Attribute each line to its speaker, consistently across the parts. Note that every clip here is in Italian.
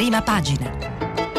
Speaker 1: prima pagina.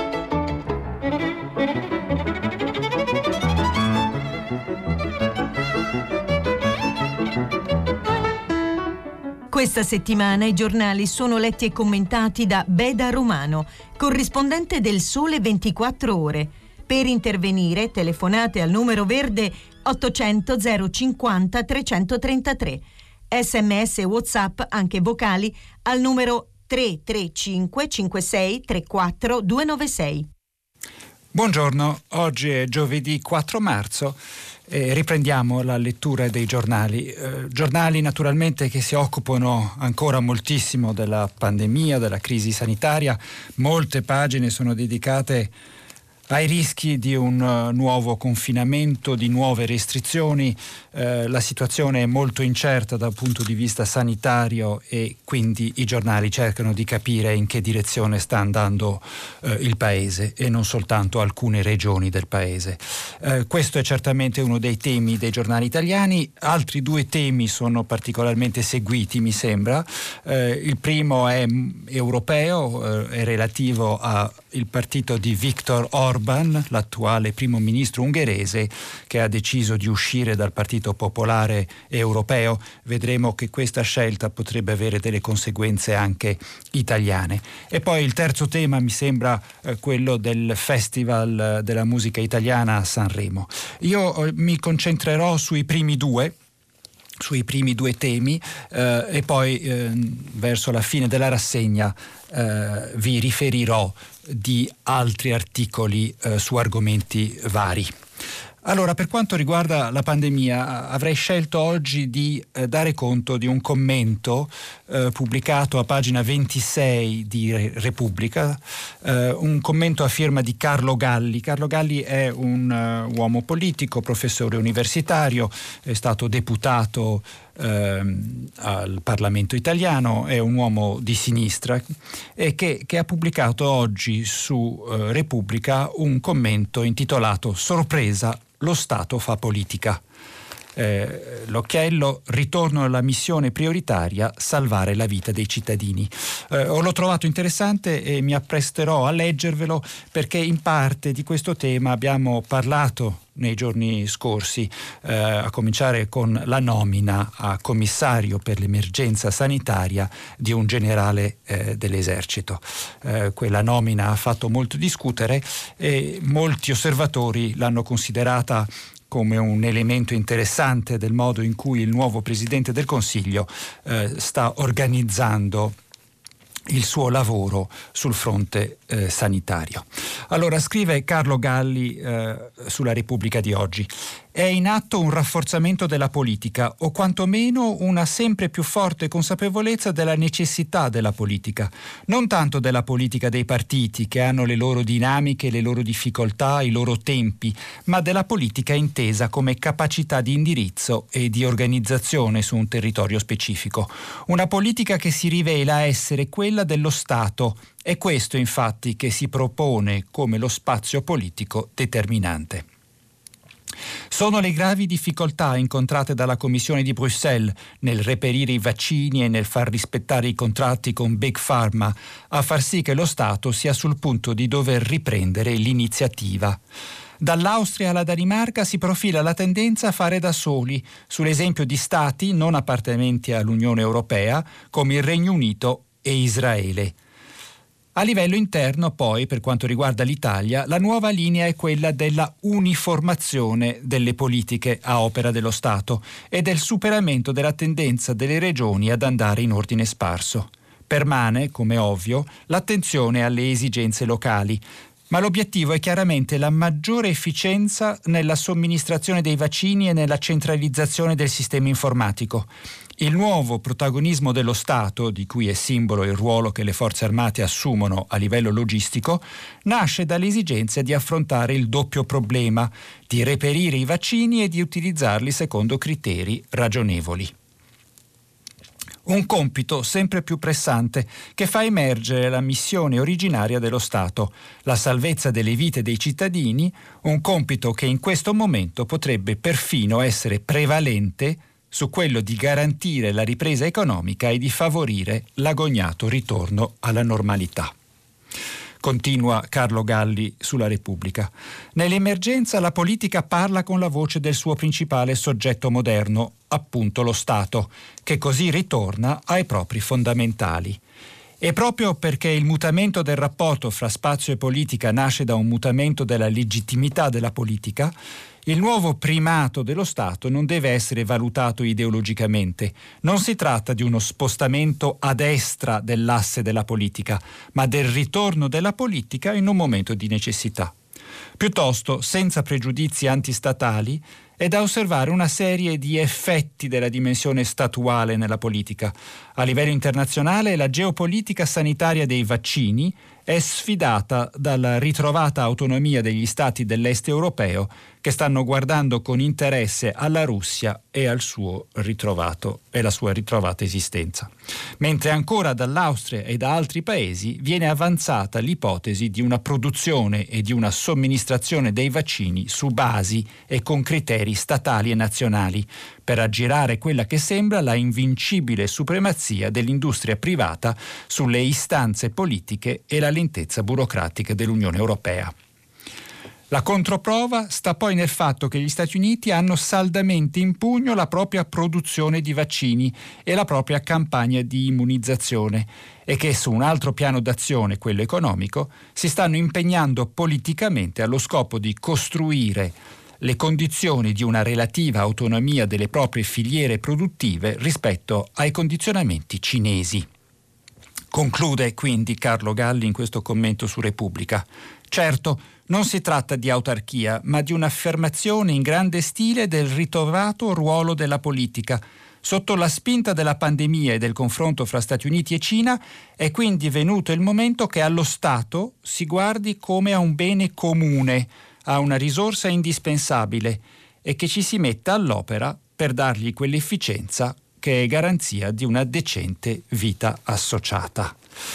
Speaker 1: Questa settimana i giornali sono letti e commentati da Beda Romano, corrispondente del Sole 24 Ore. Per intervenire telefonate al numero verde 800 050 333. SMS e WhatsApp, anche vocali, al numero 335 56 34 296.
Speaker 2: Buongiorno, oggi è giovedì 4 marzo e riprendiamo la lettura dei giornali. Giornali naturalmente che si occupano ancora moltissimo della pandemia, della crisi sanitaria. Molte pagine sono dedicate ai rischi di un nuovo confinamento, di nuove restrizioni. La situazione è molto incerta dal punto di vista sanitario e quindi i giornali cercano di capire in che direzione sta andando il paese e non soltanto alcune regioni del paese. Questo è certamente uno dei temi dei giornali italiani. Altri due temi sono particolarmente seguiti, mi sembra. Il primo è europeo, è relativo al partito di Viktor Orban, l'attuale primo ministro ungherese, che ha deciso di uscire dal Partito Popolare Europeo. Vedremo che questa scelta potrebbe avere delle conseguenze anche italiane. E poi il terzo tema mi sembra quello del Festival della musica italiana a Sanremo. Io mi concentrerò sui primi due temi e poi verso la fine della rassegna vi riferirò di altri articoli su argomenti vari. Allora, per quanto riguarda la pandemia, avrei scelto oggi di dare conto di un commento pubblicato a pagina 26 di Repubblica, un commento a firma di Carlo Galli. Carlo Galli è un uomo politico, professore universitario, è stato deputato al Parlamento italiano, è un uomo di sinistra e che ha pubblicato oggi su Repubblica un commento intitolato "Sorpresa, lo Stato fa politica". L'occhiello: ritorno alla missione prioritaria, salvare la vita dei cittadini. L'ho trovato interessante e mi appresterò a leggervelo, perché in parte di questo tema abbiamo parlato nei giorni scorsi, a cominciare con la nomina a commissario per l'emergenza sanitaria di un generale dell'esercito. Quella nomina ha fatto molto discutere e molti osservatori l'hanno considerata come un elemento interessante del modo in cui il nuovo Presidente del Consiglio sta organizzando il suo lavoro sul fronte sanitario. Allora, scrive Carlo Galli sulla Repubblica di oggi: è in atto un rafforzamento della politica, o quantomeno una sempre più forte consapevolezza della necessità della politica, non tanto della politica dei partiti, che hanno le loro dinamiche, le loro difficoltà, i loro tempi, ma della politica intesa come capacità di indirizzo e di organizzazione su un territorio specifico. Una politica che si rivela essere quella dello Stato. È questo infatti che si propone come lo spazio politico determinante. Sono le gravi difficoltà incontrate dalla Commissione di Bruxelles nel reperire i vaccini e nel far rispettare i contratti con Big Pharma a far sì che lo Stato sia sul punto di dover riprendere l'iniziativa. Dall'Austria alla Danimarca si profila la tendenza a fare da soli, sull'esempio di stati non appartenenti all'Unione Europea come il Regno Unito e Israele. A livello interno, poi, per quanto riguarda l'Italia, la nuova linea è quella della uniformazione delle politiche a opera dello Stato e del superamento della tendenza delle regioni ad andare in ordine sparso. Permane, come ovvio, l'attenzione alle esigenze locali, ma l'obiettivo è chiaramente la maggiore efficienza nella somministrazione dei vaccini e nella centralizzazione del sistema informatico. Il nuovo protagonismo dello Stato, di cui è simbolo il ruolo che le forze armate assumono a livello logistico, nasce dall'esigenza di affrontare il doppio problema, di reperire i vaccini e di utilizzarli secondo criteri ragionevoli. Un compito sempre più pressante che fa emergere la missione originaria dello Stato, la salvezza delle vite dei cittadini, un compito che in questo momento potrebbe perfino essere prevalente su quello di garantire la ripresa economica e di favorire l'agognato ritorno alla normalità. Continua Carlo Galli sulla Repubblica. Nell'emergenza la politica parla con la voce del suo principale soggetto moderno, appunto lo Stato, che così ritorna ai propri fondamentali. E proprio perché il mutamento del rapporto fra spazio e politica nasce da un mutamento della legittimità della politica, il nuovo primato dello Stato non deve essere valutato ideologicamente. Non si tratta di uno spostamento a destra dell'asse della politica, ma del ritorno della politica in un momento di necessità. Piuttosto, senza pregiudizi antistatali, è da osservare una serie di effetti della dimensione statuale nella politica. A livello internazionale, la geopolitica sanitaria dei vaccini è sfidata dalla ritrovata autonomia degli stati dell'est europeo che stanno guardando con interesse alla Russia e al suo ritrovato e la sua ritrovata esistenza. Mentre ancora dall'Austria e da altri paesi viene avanzata l'ipotesi di una produzione e di una somministrazione dei vaccini su basi e con criteri statali e nazionali, per aggirare quella che sembra la invincibile supremazia dell'industria privata sulle istanze politiche e la lentezza burocratica dell'Unione Europea. La controprova sta poi nel fatto che gli Stati Uniti hanno saldamente in pugno la propria produzione di vaccini e la propria campagna di immunizzazione e che su un altro piano d'azione, quello economico, si stanno impegnando politicamente allo scopo di costruire le condizioni di una relativa autonomia delle proprie filiere produttive rispetto ai condizionamenti cinesi. Conclude quindi Carlo Galli in questo commento su Repubblica. Certo, non si tratta di autarchia, ma di un'affermazione in grande stile del ritrovato ruolo della politica. Sotto la spinta della pandemia e del confronto fra Stati Uniti e Cina è quindi venuto il momento che allo Stato si guardi come a un bene comune, a una risorsa indispensabile e che ci si metta all'opera per dargli quell'efficienza che è garanzia di una decente vita associata.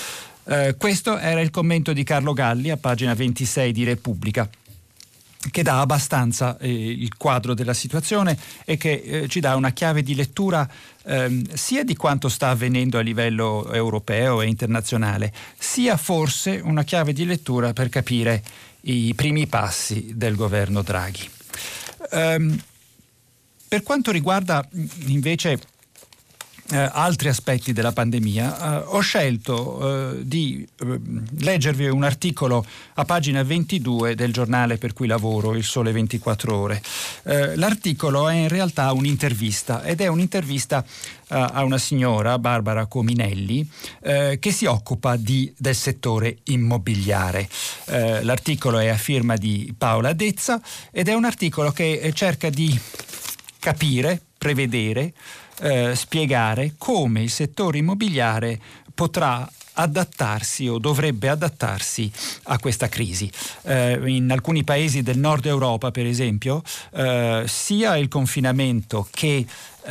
Speaker 2: Questo era il commento di Carlo Galli a pagina 26 di Repubblica, che dà abbastanza il quadro della situazione e che ci dà una chiave di lettura sia di quanto sta avvenendo a livello europeo e internazionale, sia forse una chiave di lettura per capire i primi passi del governo Draghi. Per quanto riguarda invece altri aspetti della pandemia, ho scelto di leggervi un articolo a pagina 22 del giornale per cui lavoro, Il Sole 24 Ore. L'articolo è in realtà un'intervista ed è un'intervista a una signora, Barbara Cominelli, che si occupa del settore immobiliare. L'articolo è a firma di Paola Dezza ed è un articolo che cerca di capire, prevedere, spiegare come il settore immobiliare potrà adattarsi o dovrebbe adattarsi a questa crisi. In alcuni paesi del nord Europa, per esempio, sia il confinamento che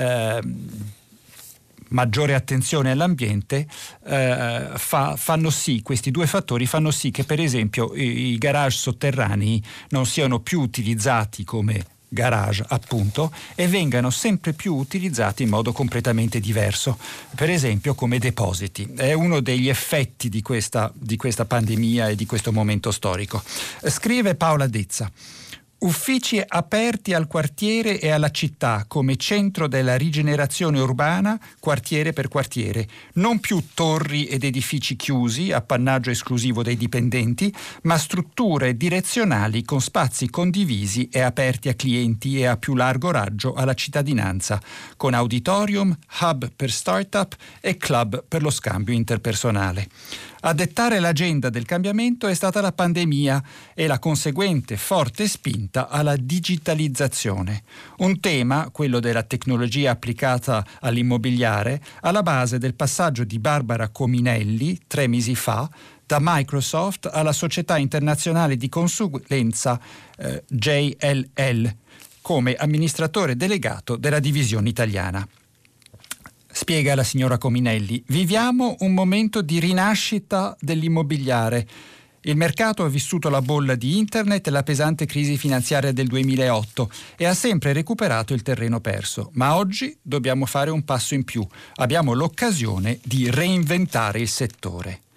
Speaker 2: maggiore attenzione all'ambiente fanno sì, questi due fattori fanno sì che per esempio i garage sotterranei non siano più utilizzati come garage, appunto, e vengano sempre più utilizzati in modo completamente diverso, per esempio come depositi. È uno degli effetti di questa pandemia e di questo momento storico. Scrive Paola Dezza: uffici aperti al quartiere e alla città come centro della rigenerazione urbana, quartiere per quartiere, non più torri ed edifici chiusi, appannaggio esclusivo dei dipendenti, ma strutture direzionali con spazi condivisi e aperti a clienti e a più largo raggio alla cittadinanza, con auditorium, hub per start-up e club per lo scambio interpersonale. A dettare l'agenda del cambiamento è stata la pandemia e la conseguente forte spinta alla digitalizzazione. Un tema, quello della tecnologia applicata all'immobiliare, alla base del passaggio di Barbara Cominelli 3 mesi fa da Microsoft alla società internazionale di consulenza JLL come amministratore delegato della divisione italiana. Spiega la signora Cominelli: viviamo un momento di rinascita dell'immobiliare. Il mercato ha vissuto la bolla di internet e la pesante crisi finanziaria del 2008 e ha sempre recuperato il terreno perso. Ma oggi dobbiamo fare un passo in più. Abbiamo l'occasione di reinventare il settore.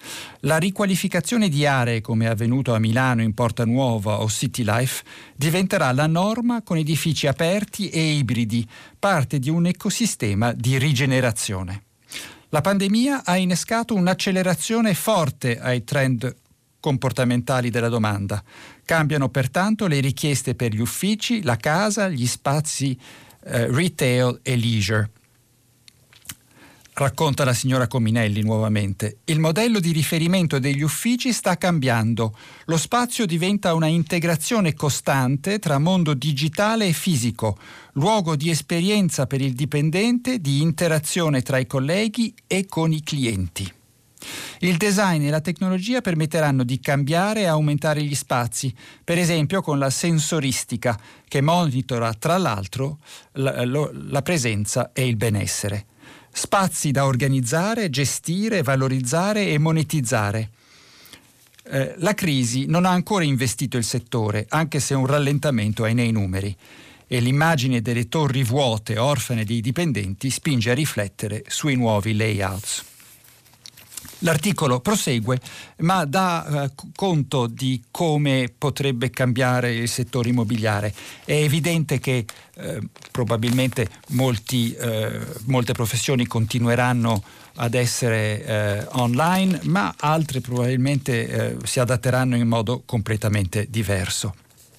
Speaker 2: La riqualificazione di aree, come è avvenuto a Milano in Porta Nuova o City Life, diventerà la norma con edifici aperti e ibridi, parte di un ecosistema di rigenerazione. La pandemia ha innescato un'accelerazione forte ai trend comportamentali della domanda. Cambiano pertanto le richieste per gli uffici, la casa, gli spazi retail e leisure. Racconta la signora Cominelli nuovamente. Il modello di riferimento degli uffici sta cambiando. Lo spazio diventa una integrazione costante tra mondo digitale e fisico, luogo di esperienza per il dipendente, di interazione tra i colleghi e con i clienti. Il design e la tecnologia permetteranno di cambiare e aumentare gli spazi, per esempio con la sensoristica, che monitora tra l'altro la presenza e il benessere. Spazi da organizzare, gestire, valorizzare e monetizzare. La crisi non ha ancora investito il settore, anche se un rallentamento è nei numeri, e l'immagine delle torri vuote, orfane dei dipendenti, spinge a riflettere sui nuovi layouts. L'articolo prosegue, ma dà conto di come potrebbe cambiare il settore immobiliare. È evidente che probabilmente molte professioni continueranno ad essere online, ma altre probabilmente si adatteranno in modo completamente diverso.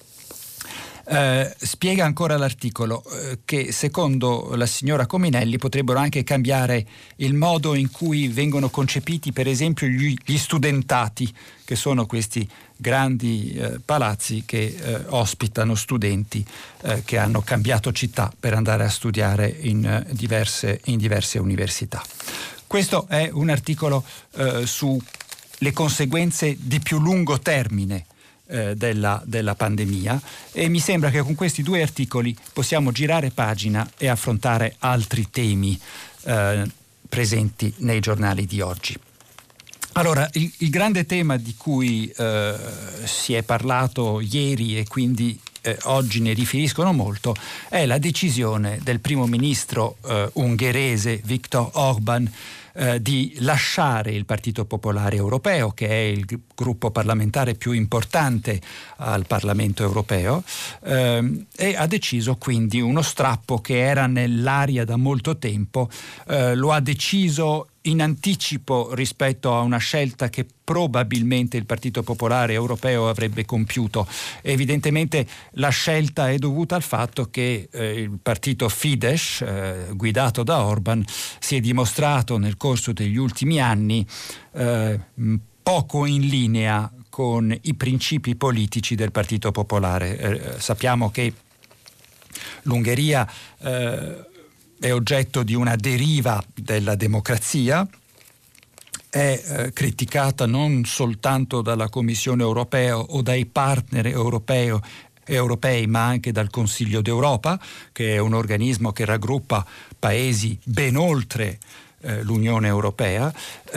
Speaker 2: Spiega ancora l'articolo che secondo la signora Cominelli potrebbero anche cambiare il modo in cui vengono concepiti per esempio gli studentati, che sono questi grandi palazzi che ospitano studenti che hanno cambiato città per andare a studiare in diverse università. Questo è un articolo sulle conseguenze di più lungo termine della pandemia, e mi sembra che con questi due articoli possiamo girare pagina e affrontare altri temi presenti nei giornali di oggi. Allora, il grande tema di cui si è parlato ieri e quindi oggi ne riferiscono molto è la decisione del primo ministro ungherese Viktor Orbán di lasciare il Partito Popolare Europeo, che è il gruppo parlamentare più importante al Parlamento Europeo, e ha deciso quindi uno strappo che era nell'aria da molto tempo. Lo ha deciso in anticipo rispetto a una scelta che probabilmente il Partito Popolare Europeo avrebbe compiuto. Evidentemente la scelta è dovuta al fatto che il partito Fidesz, guidato da Orbán, si è dimostrato nel corso degli ultimi anni poco in linea con i principi politici del Partito Popolare. Sappiamo che l'Ungheria è oggetto di una deriva della democrazia, è criticata non soltanto dalla Commissione europea o dai partner europei, ma anche dal Consiglio d'Europa, che è un organismo che raggruppa paesi ben oltre l'Unione Europea,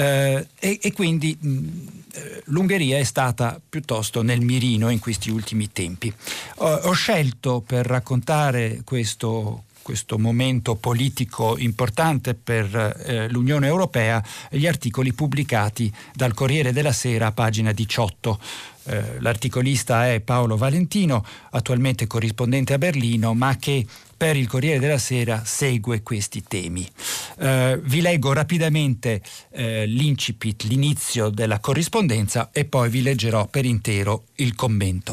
Speaker 2: e quindi l'Ungheria è stata piuttosto nel mirino in questi ultimi tempi. Ho scelto per raccontare questo momento politico importante per l'Unione Europea gli articoli pubblicati dal Corriere della Sera a pagina 18. L'articolista è Paolo Valentino, attualmente corrispondente a Berlino, ma che per il Corriere della Sera segue questi temi. Vi leggo rapidamente l'incipit, l'inizio della corrispondenza, e poi vi leggerò per intero il commento.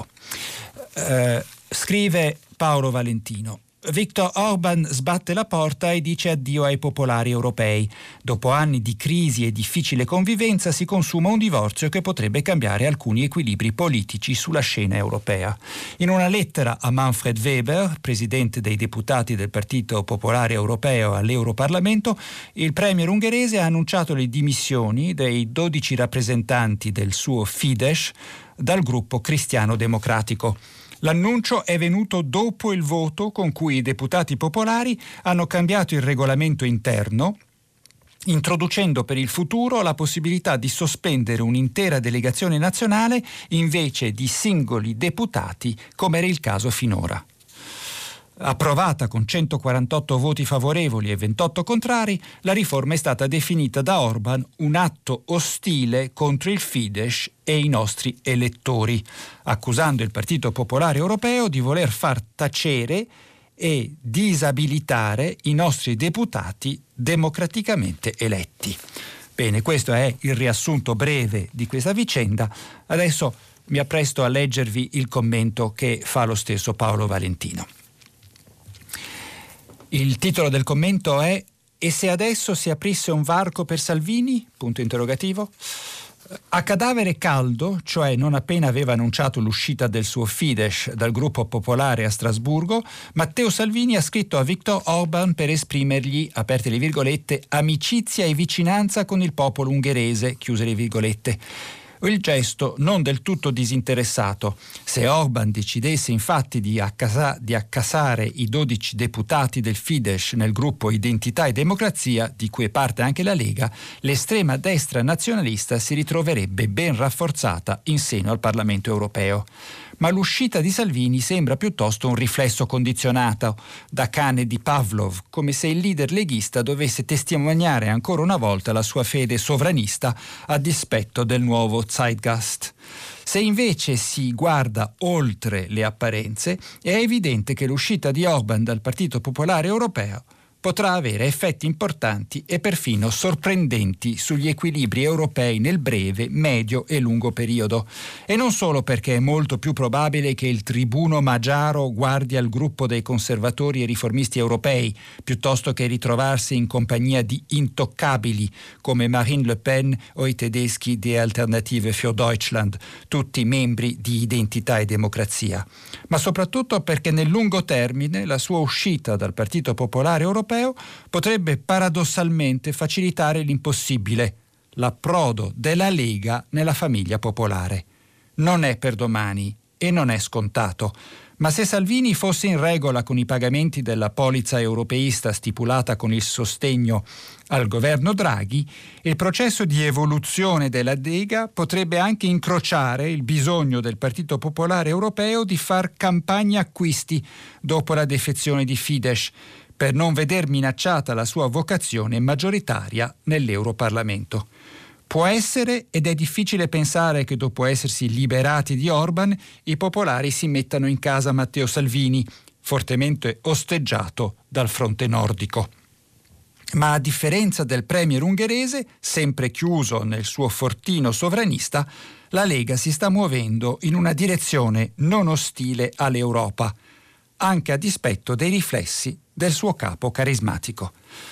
Speaker 2: Scrive Paolo Valentino: Viktor Orbán sbatte la porta e dice addio ai popolari europei. Dopo anni di crisi e difficile convivenza si consuma un divorzio che potrebbe cambiare alcuni equilibri politici sulla scena europea. In una lettera a Manfred Weber, presidente dei deputati del Partito Popolare Europeo all'Europarlamento, il premier ungherese ha annunciato le dimissioni dei 12 rappresentanti del suo Fidesz dal gruppo cristiano democratico. L'annuncio è venuto dopo il voto con cui i deputati popolari hanno cambiato il regolamento interno, introducendo per il futuro la possibilità di sospendere un'intera delegazione nazionale invece di singoli deputati, come era il caso finora. Approvata con 148 voti favorevoli e 28 contrari, la riforma è stata definita da Orban un atto ostile contro il Fidesz e i nostri elettori, accusando il Partito Popolare Europeo di voler far tacere e disabilitare i nostri deputati democraticamente eletti. Bene, questo è il riassunto breve di questa vicenda. Adesso mi appresto a leggervi il commento che fa lo stesso Paolo Valentino. Il titolo del commento è: "E se adesso si aprisse un varco per Salvini?" Punto interrogativo. A cadavere caldo, cioè non appena aveva annunciato l'uscita del suo Fidesz dal gruppo popolare a Strasburgo, Matteo Salvini ha scritto a Viktor Orban per esprimergli, aperte le virgolette, amicizia e vicinanza con il popolo ungherese, chiuse le virgolette. Il gesto non del tutto disinteressato. Se Orban decidesse infatti di accasare i 12 deputati del Fidesz nel gruppo Identità e Democrazia, di cui è parte anche la Lega, l'estrema destra nazionalista si ritroverebbe ben rafforzata in seno al Parlamento europeo. Ma l'uscita di Salvini sembra piuttosto un riflesso condizionato da cane di Pavlov, come se il leader leghista dovesse testimoniare ancora una volta la sua fede sovranista a dispetto del nuovo Zeitgeist. Se invece si guarda oltre le apparenze, è evidente che l'uscita di Orban dal Partito Popolare Europeo potrà avere effetti importanti e perfino sorprendenti sugli equilibri europei nel breve, medio e lungo periodo. E non solo perché è molto più probabile che il tribuno Magiaro guardi al gruppo dei conservatori e riformisti europei, piuttosto che ritrovarsi in compagnia di intoccabili come Marine Le Pen o i tedeschi di Alternative für Deutschland, tutti membri di Identità e Democrazia. Ma soprattutto perché nel lungo termine la sua uscita dal Partito Popolare Europeo potrebbe paradossalmente facilitare l'impossibile, l'approdo della Lega nella famiglia popolare. Non è per domani e non è scontato, ma se Salvini fosse in regola con i pagamenti della polizza europeista stipulata con il sostegno al governo Draghi, il processo di evoluzione della Lega potrebbe anche incrociare il bisogno del Partito Popolare Europeo di far campagna acquisti dopo la defezione di Fidesz, per non veder minacciata la sua vocazione maggioritaria nell'Europarlamento. Può essere, ed è difficile pensare che dopo essersi liberati di Orban, i popolari si mettano in casa Matteo Salvini, fortemente osteggiato dal fronte nordico. Ma a differenza del premier ungherese, sempre chiuso nel suo fortino sovranista, la Lega si sta muovendo in una direzione non ostile all'Europa, anche a dispetto dei riflessi del suo capo carismatico.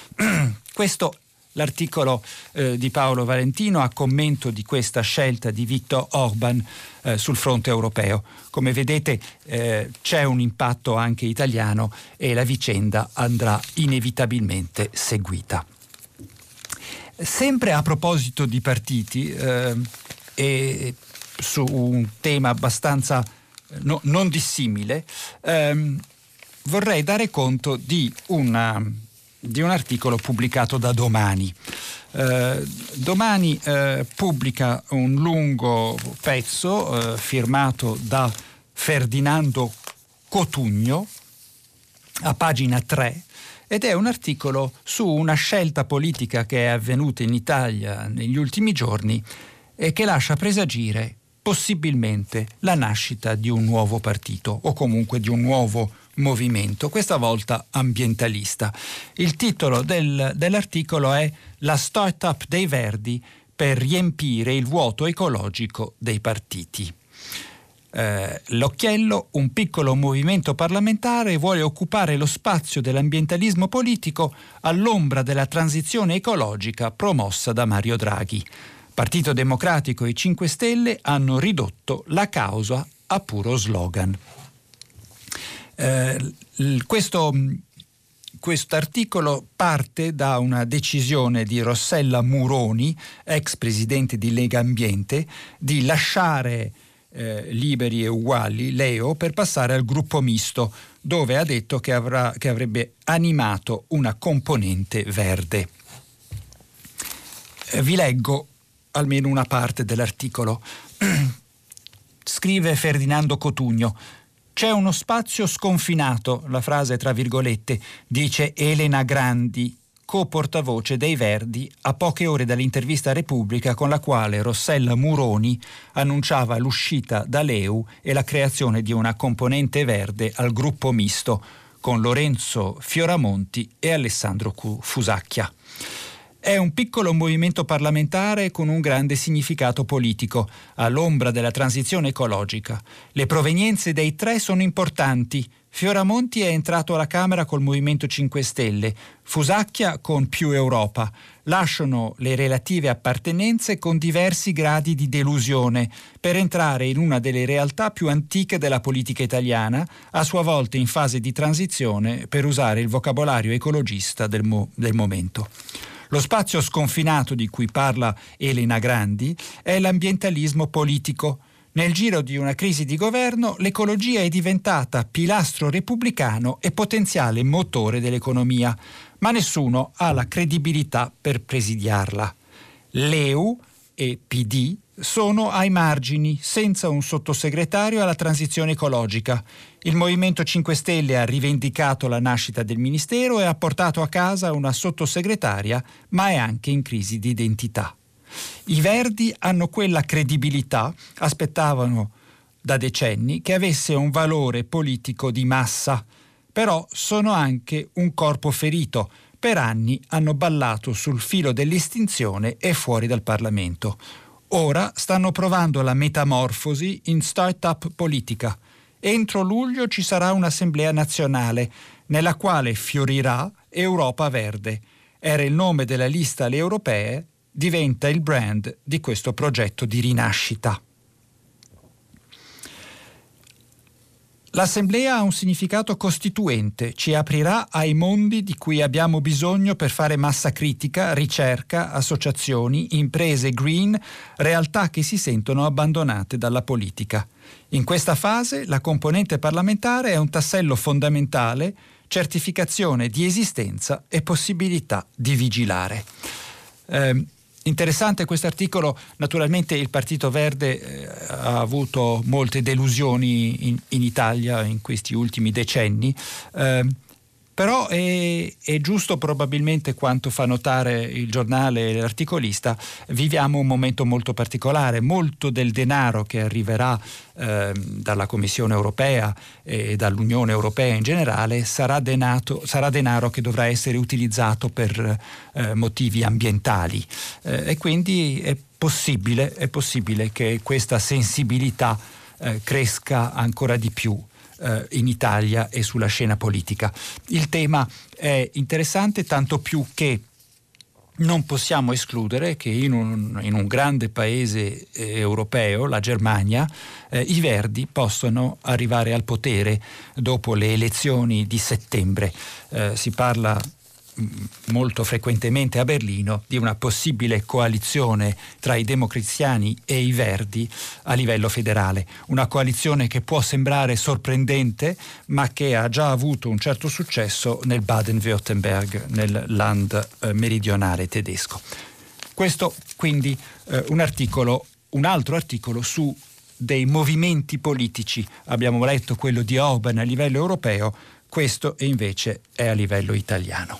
Speaker 2: Questo l'articolo di Paolo Valentino a commento di questa scelta di Viktor Orban sul fronte europeo. Come vedete c'è un impatto anche italiano e la vicenda andrà inevitabilmente seguita. Sempre a proposito di partiti e su un tema abbastanza non dissimile, vorrei dare conto di un articolo pubblicato da Domani. Domani pubblica un lungo pezzo firmato da Ferdinando Cotugno a pagina 3 ed è un articolo su una scelta politica che è avvenuta in Italia negli ultimi giorni e che lascia presagire possibilmente la nascita di un nuovo partito o comunque di un nuovo movimento, questa volta ambientalista. Il titolo dell'articolo è "La start-up dei Verdi per riempire il vuoto ecologico dei partiti". L'Occhiello, un piccolo movimento parlamentare, vuole occupare lo spazio dell'ambientalismo politico all'ombra della transizione ecologica promossa da Mario Draghi. Partito Democratico e 5 Stelle hanno ridotto la causa a puro slogan. Questo articolo parte da una decisione di Rossella Muroni, ex presidente di Lega Ambiente, di lasciare Liberi e Uguali, Leo, per passare al gruppo misto, dove ha detto che avrebbe animato una componente verde. Vi leggo almeno una parte dell'articolo. Scrive Ferdinando Cotugno: C'è uno spazio sconfinato, la frase tra virgolette, dice Elena Grandi, co-portavoce dei Verdi, a poche ore dall'intervista a Repubblica con la quale Rossella Muroni annunciava l'uscita dall'EU e la creazione di una componente verde al gruppo misto con Lorenzo Fioramonti e Alessandro Fusacchia. È un piccolo movimento parlamentare con un grande significato politico, all'ombra della transizione ecologica. Le provenienze dei tre sono importanti. Fioramonti è entrato alla Camera col Movimento 5 Stelle, Fusacchia con Più Europa. Lasciano le relative appartenenze con diversi gradi di delusione per entrare in una delle realtà più antiche della politica italiana, a sua volta in fase di transizione, per usare il vocabolario ecologista del momento. Lo spazio sconfinato di cui parla Elena Grandi è l'ambientalismo politico. Nel giro di una crisi di governo, l'ecologia è diventata pilastro repubblicano e potenziale motore dell'economia, ma nessuno ha la credibilità per presidiarla. L'EU e PD sono ai margini, senza un sottosegretario alla transizione ecologica. Il Movimento 5 Stelle ha rivendicato la nascita del Ministero e ha portato a casa una sottosegretaria, ma è anche in crisi di identità. I Verdi hanno quella credibilità, aspettavano da decenni, che avesse un valore politico di massa, però sono anche un corpo ferito. Per anni hanno ballato sul filo dell'estinzione e fuori dal Parlamento. Ora stanno provando la metamorfosi in start-up politica. Entro luglio ci sarà un'assemblea nazionale nella quale fiorirà Europa Verde. Era il nome della lista alle europee, diventa il brand di questo progetto di rinascita. L'assemblea ha un significato costituente, ci aprirà ai mondi di cui abbiamo bisogno per fare massa critica, ricerca, associazioni, imprese green, realtà che si sentono abbandonate dalla politica. In questa fase la componente parlamentare è un tassello fondamentale, certificazione di esistenza e possibilità di vigilare. Interessante questo articolo. Naturalmente il Partito Verde ha avuto molte delusioni in Italia in questi ultimi decenni, però è giusto probabilmente quanto fa notare il giornale e l'articolista. Viviamo un momento molto particolare, molto del denaro che arriverà dalla Commissione europea e dall'Unione Europea in generale sarà denaro che dovrà essere utilizzato per motivi ambientali, e quindi è possibile che questa sensibilità cresca ancora di più in Italia e sulla scena politica. Il tema è interessante, tanto più che non possiamo escludere che in un grande paese europeo, la Germania, i Verdi possano arrivare al potere dopo le elezioni di settembre. Si parla molto frequentemente a Berlino di una possibile coalizione tra i democristiani e i Verdi a livello federale, una coalizione che può sembrare sorprendente ma che ha già avuto un certo successo nel Baden-Württemberg, nel Land meridionale tedesco. Questo quindi un altro articolo su dei movimenti politici. Abbiamo letto quello di Orban a livello europeo, questo invece è a livello italiano.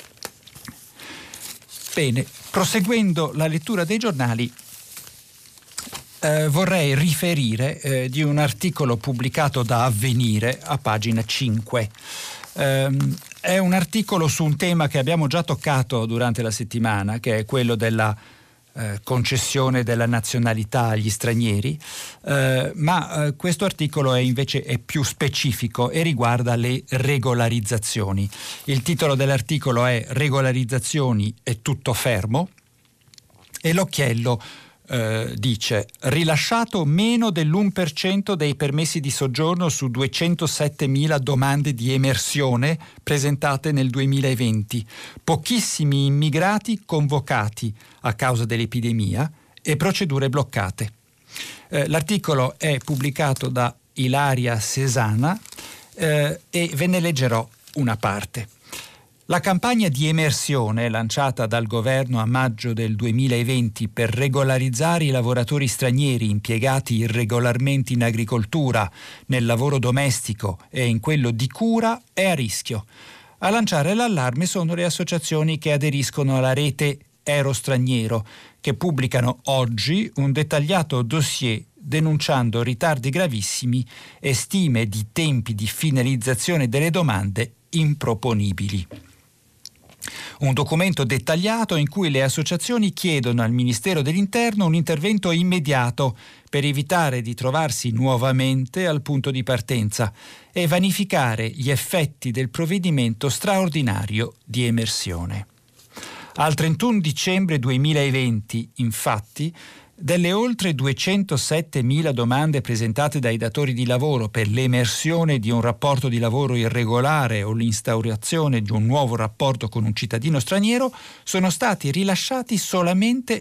Speaker 2: Bene, proseguendo la lettura dei giornali, vorrei riferire di un articolo pubblicato da Avvenire a pagina 5. È un articolo su un tema che abbiamo già toccato durante la settimana, che è quello della concessione della nazionalità agli stranieri, ma questo articolo è più specifico e riguarda le regolarizzazioni. Il titolo dell'articolo è "Regolarizzazioni è tutto fermo" e l'occhiello dice: rilasciato meno dell'1% dei permessi di soggiorno su 207.000 domande di emersione presentate nel 2020, pochissimi immigrati convocati a causa dell'epidemia e procedure bloccate. L'articolo è pubblicato da Ilaria Sesana e ve ne leggerò una parte. La campagna di emersione lanciata dal governo a maggio del 2020 per regolarizzare i lavoratori stranieri impiegati irregolarmente in agricoltura, nel lavoro domestico e in quello di cura è a rischio. A lanciare l'allarme sono le associazioni che aderiscono alla rete Ero Straniero, che pubblicano oggi un dettagliato dossier denunciando ritardi gravissimi e stime di tempi di finalizzazione delle domande improponibili. Un documento dettagliato in cui le associazioni chiedono al Ministero dell'Interno un intervento immediato per evitare di trovarsi nuovamente al punto di partenza e vanificare gli effetti del provvedimento straordinario di emersione. Al 31 dicembre 2020, infatti, delle oltre 207.000 domande presentate dai datori di lavoro per l'emersione di un rapporto di lavoro irregolare o l'instaurazione di un nuovo rapporto con un cittadino straniero, sono stati rilasciati solamente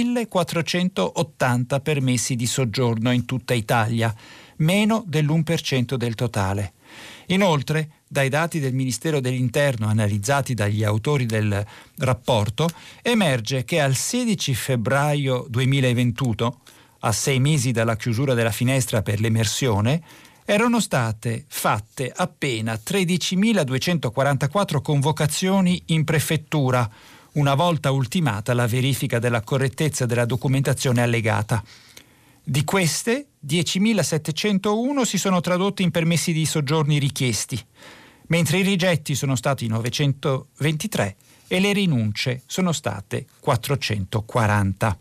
Speaker 2: 1.480 permessi di soggiorno in tutta Italia, meno dell'1% del totale. Inoltre, dai dati del Ministero dell'Interno analizzati dagli autori del rapporto, emerge che al 16 febbraio 2021, a 6 mesi dalla chiusura della finestra per l'emersione, erano state fatte appena 13.244 convocazioni in prefettura, una volta ultimata la verifica della correttezza della documentazione allegata. Di queste, 10.701 si sono tradotte in permessi di soggiorni richiesti, mentre i rigetti sono stati 923 e le rinunce sono state 440.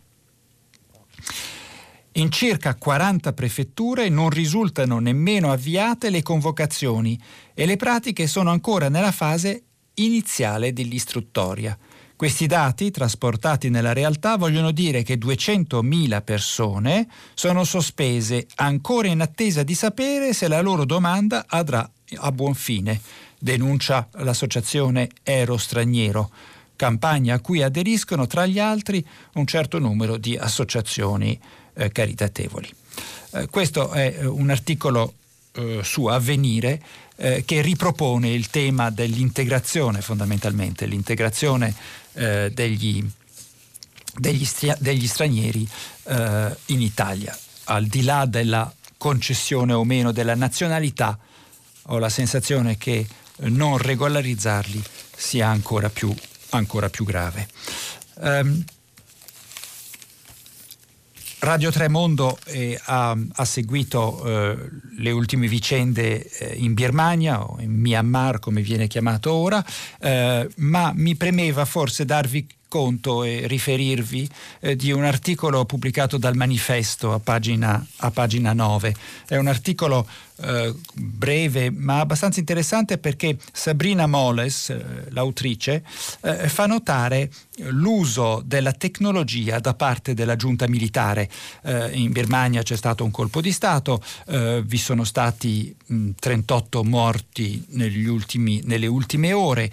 Speaker 2: In circa 40 prefetture non risultano nemmeno avviate le convocazioni e le pratiche sono ancora nella fase iniziale dell'istruttoria. Questi dati, trasportati nella realtà, vogliono dire che 200.000 persone sono sospese ancora in attesa di sapere se la loro domanda andrà a buon fine, denuncia l'associazione Ero Straniero, campagna a cui aderiscono tra gli altri un certo numero di associazioni caritatevoli. Questo è un articolo su Avvenire che ripropone il tema dell'integrazione, fondamentalmente l'integrazione degli stranieri in Italia. Al di là della concessione o meno della nazionalità, ho la sensazione che non regolarizzarli sia ancora più grave. Radio Tremondo ha seguito le ultime vicende in Birmania o in Myanmar, come viene chiamato ora, ma mi premeva forse darvi conto e riferirvi di un articolo pubblicato dal Manifesto a pagina 9. È un articolo breve ma abbastanza interessante perché Sabrina Moles, l'autrice, fa notare l'uso della tecnologia da parte della giunta militare. In Birmania c'è stato un colpo di Stato, vi sono stati 38 morti nelle ultime ore.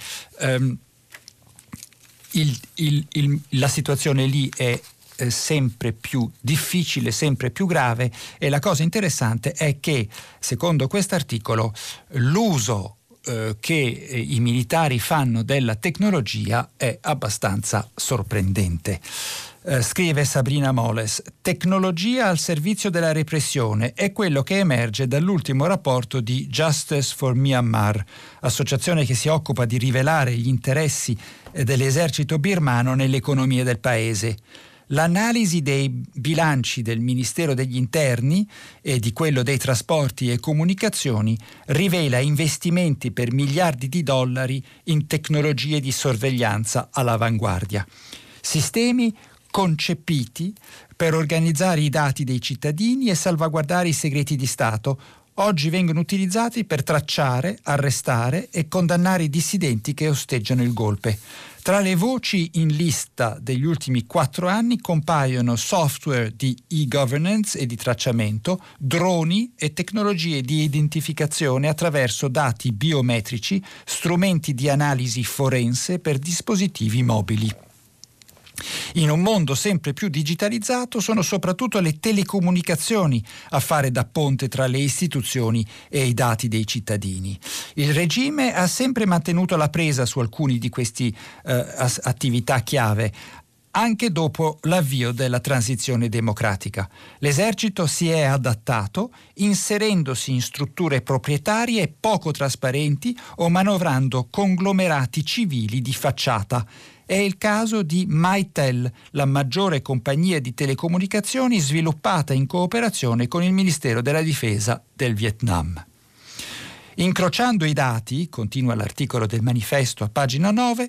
Speaker 2: La situazione lì è sempre più difficile, sempre più grave, e la cosa interessante è che, secondo quest'articolo, l'uso che i militari fanno della tecnologia è abbastanza sorprendente. Scrive Sabrina Moles: tecnologia al servizio della repressione è quello che emerge dall'ultimo rapporto di Justice for Myanmar, associazione che si occupa di rivelare gli interessi dell'esercito birmano nell'economia del paese. L'analisi dei bilanci del Ministero degli Interni e di quello dei Trasporti e Comunicazioni rivela investimenti per miliardi di dollari in tecnologie di sorveglianza all'avanguardia. Sistemi concepiti per organizzare i dati dei cittadini e salvaguardare i segreti di Stato, oggi vengono utilizzati per tracciare, arrestare e condannare i dissidenti che osteggiano il golpe. Tra le voci in lista degli ultimi 4 anni compaiono software di e-governance e di tracciamento, droni e tecnologie di identificazione attraverso dati biometrici, strumenti di analisi forense per dispositivi mobili. In un mondo sempre più digitalizzato sono soprattutto le telecomunicazioni a fare da ponte tra le istituzioni e i dati dei cittadini. Il regime ha sempre mantenuto la presa su alcuni di questi attività chiave, anche dopo l'avvio della transizione democratica. L'esercito si è adattato inserendosi in strutture proprietarie poco trasparenti o manovrando conglomerati civili di facciata. È il caso di Mytel, la maggiore compagnia di telecomunicazioni sviluppata in cooperazione con il Ministero della Difesa del Vietnam. Incrociando i dati, continua l'articolo del manifesto a pagina 9,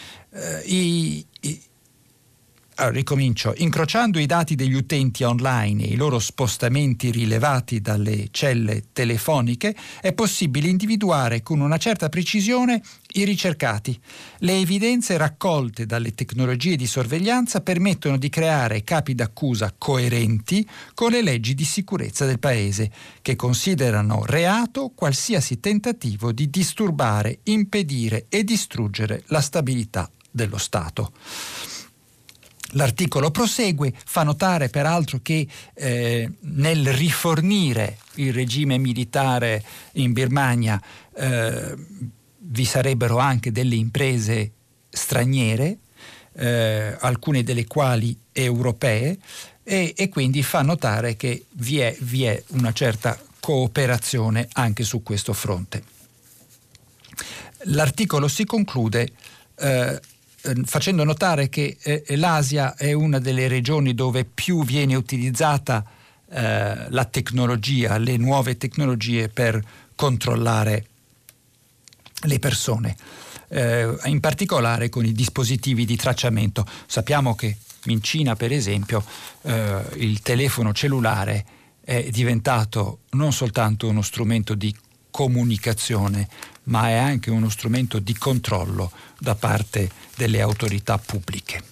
Speaker 2: ricomincio. Incrociando i dati degli utenti online e i loro spostamenti rilevati dalle celle telefoniche, è possibile individuare con una certa precisione i ricercati. Le evidenze raccolte dalle tecnologie di sorveglianza permettono di creare capi d'accusa coerenti con le leggi di sicurezza del paese, che considerano reato qualsiasi tentativo di disturbare, impedire e distruggere la stabilità dello Stato. L'articolo prosegue, fa notare peraltro che nel rifornire il regime militare in Birmania vi sarebbero anche delle imprese straniere, alcune delle quali europee, e quindi fa notare che vi è una certa cooperazione anche su questo fronte. L'articolo si conclude facendo notare che l'Asia è una delle regioni dove più viene utilizzata la tecnologia, le nuove tecnologie per controllare le persone, in particolare con i dispositivi di tracciamento. Sappiamo che in Cina, per esempio, il telefono cellulare è diventato non soltanto uno strumento di comunicazione, ma è anche uno strumento di controllo da parte delle autorità pubbliche.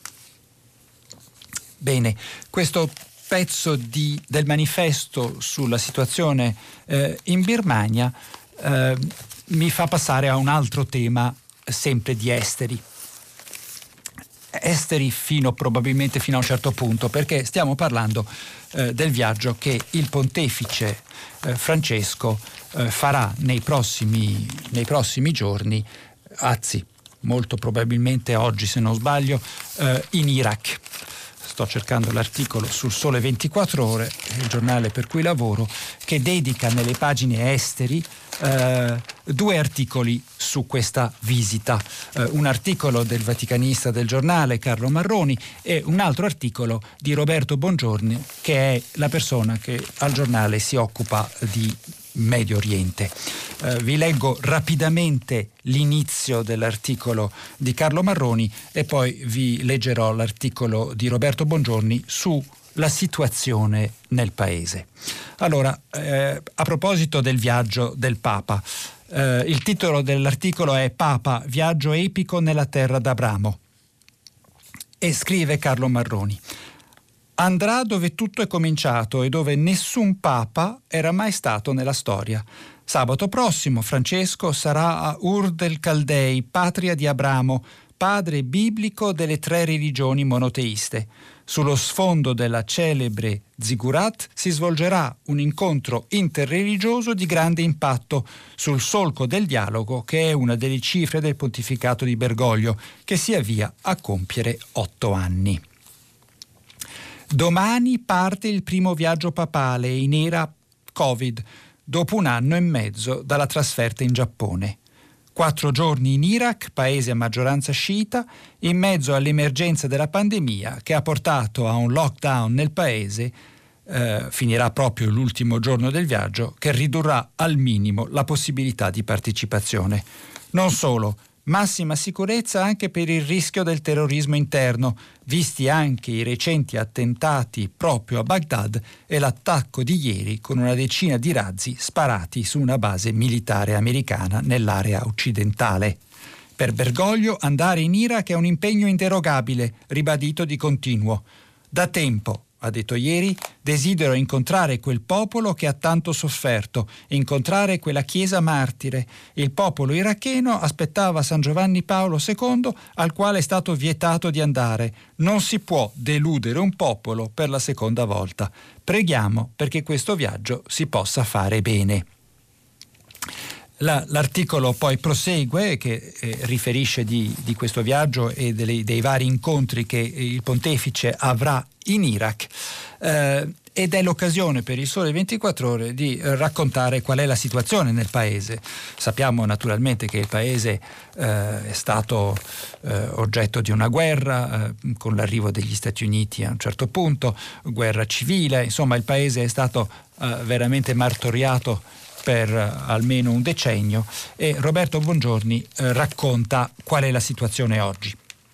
Speaker 2: Bene, questo pezzo del manifesto sulla situazione in Birmania mi fa passare a un altro tema, sempre di esteri. Esteri probabilmente fino a un certo punto, perché stiamo parlando del viaggio che il pontefice Francesco farà nei prossimi giorni, anzi molto probabilmente oggi se non sbaglio, in Iraq. Sto cercando l'articolo sul Sole 24 Ore, il giornale per cui lavoro, che dedica nelle pagine esteri 2 articoli su questa visita. Un articolo del vaticanista del giornale Carlo Marroni e un altro articolo di Roberto Bongiorni, che è la persona che al giornale si occupa di Medio Oriente. Vi leggo rapidamente l'inizio dell'articolo di Carlo Marroni e poi vi leggerò l'articolo di Roberto Bongiorni sulla situazione nel paese. Allora, a proposito del viaggio del Papa, il titolo dell'articolo è Papa, viaggio epico nella terra d'Abramo, e scrive Carlo Marroni: andrà dove tutto è cominciato e dove nessun papa era mai stato nella storia. Sabato prossimo Francesco sarà a Ur del Caldei, patria di Abramo, padre biblico delle 3 religioni monoteiste. Sullo sfondo della celebre Zigurat si svolgerà un incontro interreligioso di grande impatto sul solco del dialogo, che è una delle cifre del pontificato di Bergoglio, che si avvia a compiere 8 anni. Domani parte il primo viaggio papale in era Covid, dopo 1 anno e mezzo dalla trasferta in Giappone. 4 giorni in Iraq, paese a maggioranza sciita, in mezzo all'emergenza della pandemia che ha portato a un lockdown nel paese. Finirà proprio l'ultimo giorno del viaggio, che ridurrà al minimo la possibilità di partecipazione. Non solo, massima sicurezza anche per il rischio del terrorismo interno, visti anche i recenti attentati proprio a Baghdad e l'attacco di ieri con una decina di razzi sparati su una base militare americana nell'area occidentale. Per Bergoglio andare in Iraq è un impegno inderogabile, ribadito di continuo. Da tempo ha detto ieri, desidero incontrare quel popolo che ha tanto sofferto, incontrare quella chiesa martire. Il popolo iracheno aspettava San Giovanni Paolo II, al quale è stato vietato di andare. Non si può deludere un popolo per la seconda volta. Preghiamo perché questo viaggio si possa fare bene. L'articolo poi prosegue, che riferisce di questo viaggio e dei vari incontri che il pontefice avrà in Iraq, ed è l'occasione per il Sole 24 Ore di raccontare qual è la situazione nel paese. Sappiamo naturalmente che il paese è stato oggetto di una guerra con l'arrivo degli Stati Uniti a un certo punto, guerra civile, insomma il paese è stato veramente martoriato per almeno un decennio, e Roberto Bongiorni racconta qual è la situazione oggi.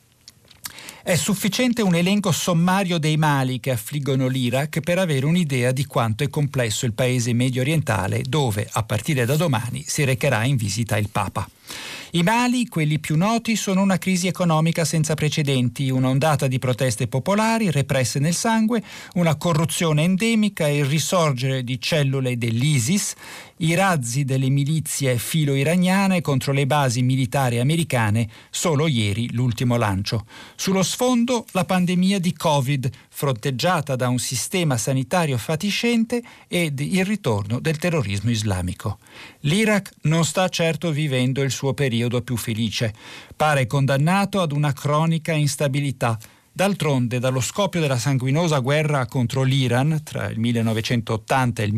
Speaker 2: È sufficiente un elenco sommario dei mali che affliggono l'Iraq per avere un'idea di quanto è complesso il paese medio orientale, dove a partire da domani si recherà in visita il Papa. I mali, quelli più noti, sono una crisi economica senza precedenti, un'ondata di proteste popolari represse nel sangue, una corruzione endemica e il risorgere di cellule dell'ISIS, i razzi delle milizie filo-iraniane contro le basi militari americane, solo ieri l'ultimo lancio. Sullo sfondo la pandemia di Covid, fronteggiata da un sistema sanitario fatiscente, ed il ritorno del terrorismo islamico. L'Iraq non sta certo vivendo il suo periodo più felice. Pare condannato ad una cronica instabilità. D'altronde, dallo scoppio della sanguinosa guerra contro l'Iran tra il 1980 e il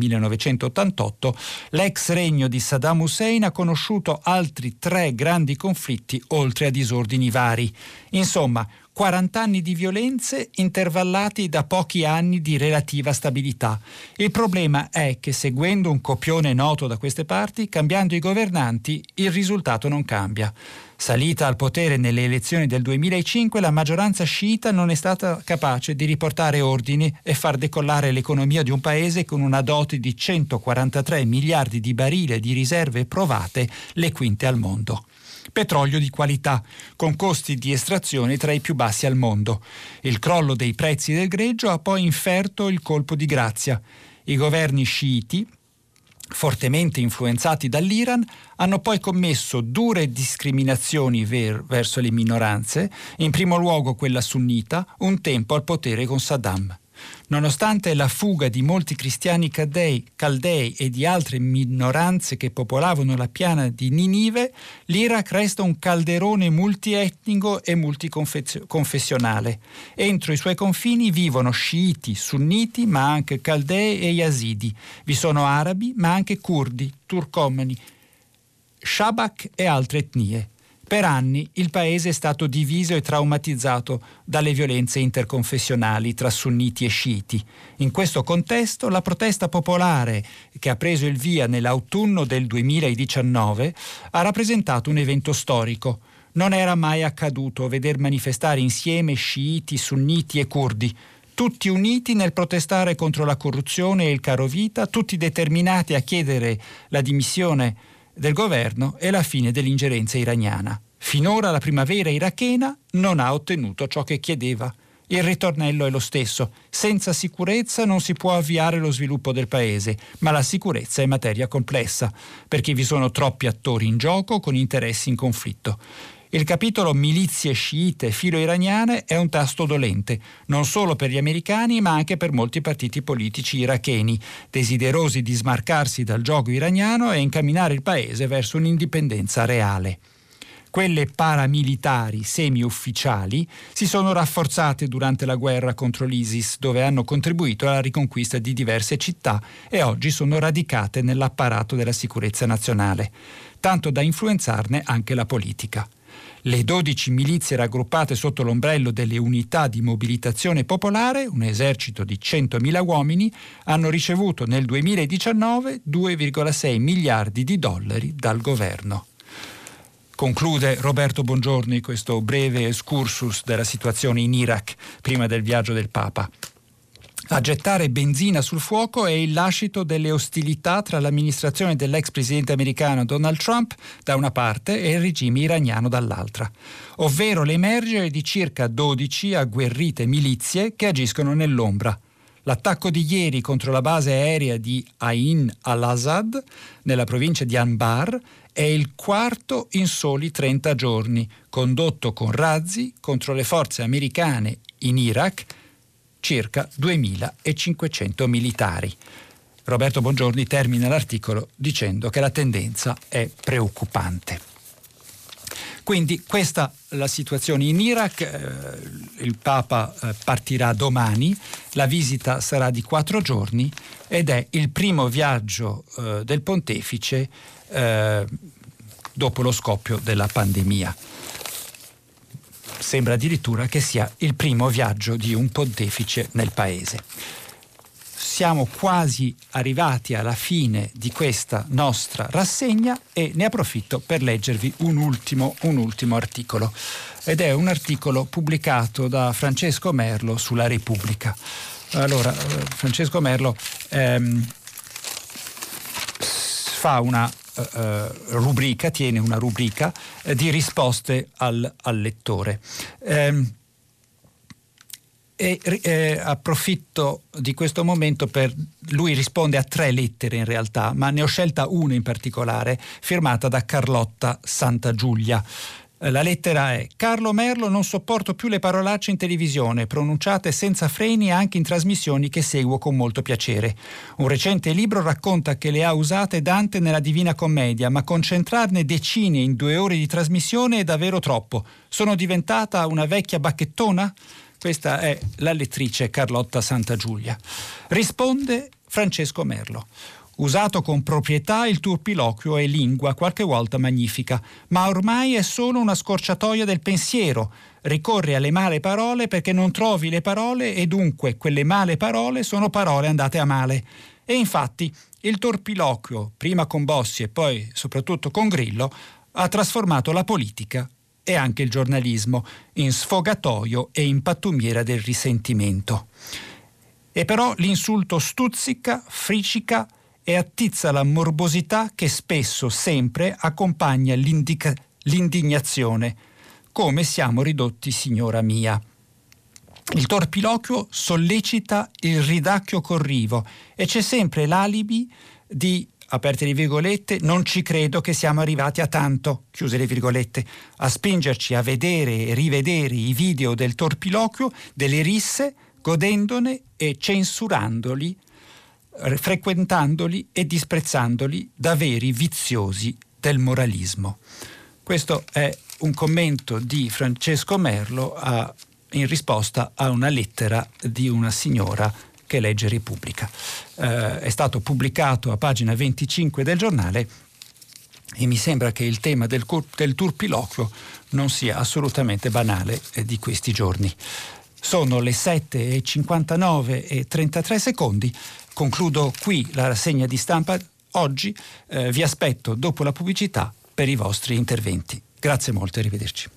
Speaker 2: 1988, l'ex regno di Saddam Hussein ha conosciuto altri 3 grandi conflitti oltre a disordini vari. Insomma, 40 anni di violenze intervallati da pochi anni di relativa stabilità. Il problema è che, seguendo un copione noto da queste parti, cambiando i governanti, il risultato non cambia. Salita al potere nelle elezioni del 2005, la maggioranza sciita non è stata capace di riportare ordine e far decollare l'economia di un paese con una dote di 143 miliardi di barili di riserve provate, le quinte al mondo. Petrolio di qualità, con costi di estrazione tra i più bassi al mondo. Il crollo dei prezzi del greggio ha poi inferto il colpo di grazia. I governi sciiti, fortemente influenzati dall'Iran, hanno poi commesso dure discriminazioni verso le minoranze, in primo luogo quella sunnita, un tempo al potere con Saddam. Nonostante la fuga di molti cristiani caldei e di altre minoranze che popolavano la piana di Ninive, l'Iraq resta un calderone multietnico e multiconfessionale. Entro i suoi confini vivono sciiti, sunniti, ma anche caldei e yazidi. Vi sono arabi, ma anche curdi, turcomani, shabak e altre etnie. Per anni il paese è stato diviso e traumatizzato dalle violenze interconfessionali tra sunniti e sciiti. In questo contesto la protesta popolare, che ha preso il via nell'autunno del 2019, ha rappresentato un evento storico. Non era mai accaduto veder manifestare insieme sciiti, sunniti e curdi, tutti uniti nel protestare contro la corruzione e il carovita, tutti determinati a chiedere la dimissione del governo e la fine dell'ingerenza iraniana. Finora la primavera irachena non ha ottenuto ciò che chiedeva. Il ritornello è lo stesso: senza sicurezza non si può avviare lo sviluppo del paese, ma la sicurezza è materia complessa, perché vi sono troppi attori in gioco con interessi in conflitto. Il capitolo milizie sciite filo-iraniane è un tasto dolente, non solo per gli americani ma anche per molti partiti politici iracheni, desiderosi di smarcarsi dal giogo iraniano e incamminare il paese verso un'indipendenza reale. Quelle paramilitari semi-ufficiali si sono rafforzate durante la guerra contro l'ISIS, dove hanno contribuito alla riconquista di diverse città e oggi sono radicate nell'apparato della sicurezza nazionale, tanto da influenzarne anche la politica. Le 12 milizie raggruppate sotto l'ombrello delle unità di mobilitazione popolare, un esercito di 100.000 uomini, hanno ricevuto nel 2019 $2,6 miliardi dal governo. Conclude Roberto Bongiorni questo breve excursus della situazione in Iraq prima del viaggio del Papa. A gettare benzina sul fuoco è il lascito delle ostilità tra l'amministrazione dell'ex presidente americano Donald Trump da una parte e il regime iraniano dall'altra, ovvero l'emergere di circa 12 agguerrite milizie che agiscono nell'ombra. L'attacco di ieri contro la base aerea di Ain al-Assad, nella provincia di Anbar, è il quarto in soli 30 giorni, condotto con razzi contro le forze americane in Iraq, circa 2.500 militari. Roberto Bongiorni termina l'articolo dicendo che la tendenza è preoccupante. Quindi questa è la situazione in Iraq. Il Papa partirà domani, la visita sarà di 4 giorni ed è il primo viaggio del pontefice dopo lo scoppio della pandemia. Sembra addirittura che sia il primo viaggio di un pontefice nel paese. Siamo quasi arrivati alla fine di questa nostra rassegna e ne approfitto per leggervi un ultimo articolo. Ed è un articolo pubblicato da Francesco Merlo sulla Repubblica. Allora, Francesco Merlo fa una rubrica, tiene una rubrica di risposte al lettore. Approfitto di questo momento lui risponde a 3 lettere in realtà, ma ne ho scelta una in particolare, firmata da Carlotta Santagiulia. La lettera è: Carlo Merlo, non sopporto più le parolacce in televisione, pronunciate senza freni anche in trasmissioni che seguo con molto piacere. Un recente libro racconta che le ha usate Dante nella Divina Commedia, ma concentrarne decine in 2 ore di trasmissione è davvero troppo. Sono diventata una vecchia bacchettona? Questa è la lettrice Carlotta Santagiulia. Risponde Francesco Merlo: usato con proprietà, il turpiloquio è lingua qualche volta magnifica, ma ormai è solo una scorciatoia del pensiero. Ricorre alle male parole perché non trovi le parole e dunque quelle male parole sono parole andate a male. E infatti il turpiloquio, prima con Bossi e poi soprattutto con Grillo, ha trasformato la politica e anche il giornalismo in sfogatoio e in pattumiera del risentimento. E però l'insulto stuzzica, fricica e attizza la morbosità che spesso, sempre, accompagna l'indignazione. Come siamo ridotti, signora mia. Il torpiloquio sollecita il ridacchio corrivo e c'è sempre l'alibi di, aperte le virgolette, non ci credo che siamo arrivati a tanto, chiuse le virgolette, a spingerci a vedere e rivedere i video del torpiloquio, delle risse, godendone e censurandoli, frequentandoli e disprezzandoli da veri viziosi del moralismo. Questo è un commento di Francesco Merlo in risposta a una lettera di una signora che legge Repubblica. È stato pubblicato a pagina 25 del giornale e mi sembra che il tema del turpiloquio non sia assolutamente banale di questi giorni. Sono le 7:59 e 33 secondi. Concludo qui la rassegna di stampa oggi. Vi aspetto dopo la pubblicità per i vostri interventi. Grazie molto e arrivederci.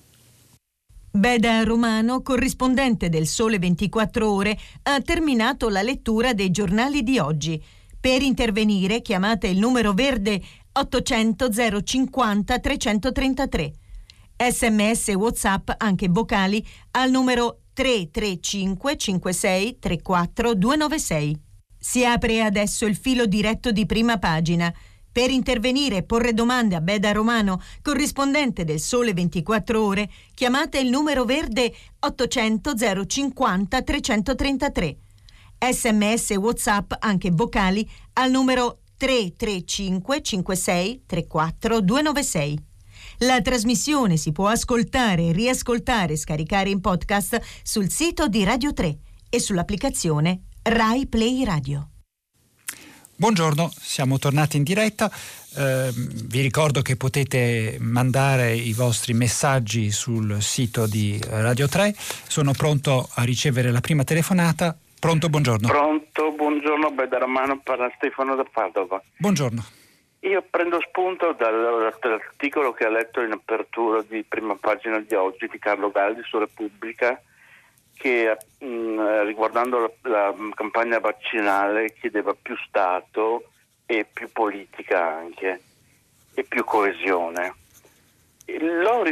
Speaker 1: Beda Romano, corrispondente del Sole 24 Ore, ha terminato la lettura dei giornali di oggi. Per intervenire chiamate il numero verde 800 050 333. SMS e WhatsApp, anche vocali, al numero 335 56 34 296. Si apre adesso il filo diretto di Prima Pagina. Per intervenire e porre domande a Beda Romano, corrispondente del Sole 24 Ore, chiamate il numero verde 800 050 333. SMS e WhatsApp, anche vocali, al numero 335 56 34 296. La trasmissione si può ascoltare, riascoltare e scaricare in podcast sul sito di Radio 3 e sull'applicazione Rai Play Radio.
Speaker 2: Buongiorno, siamo tornati in diretta. Vi ricordo che potete mandare i vostri messaggi sul sito di Radio 3. Sono pronto a ricevere la prima telefonata. Pronto, buongiorno.
Speaker 3: Pronto, buongiorno, Beda Romano, parla Stefano da Padova.
Speaker 2: Buongiorno.
Speaker 3: Io prendo spunto dall'articolo che ha letto in apertura di Prima Pagina di oggi di Carlo Galli su Repubblica, che riguardando la campagna vaccinale chiedeva più Stato e più politica anche e più coesione. L'ho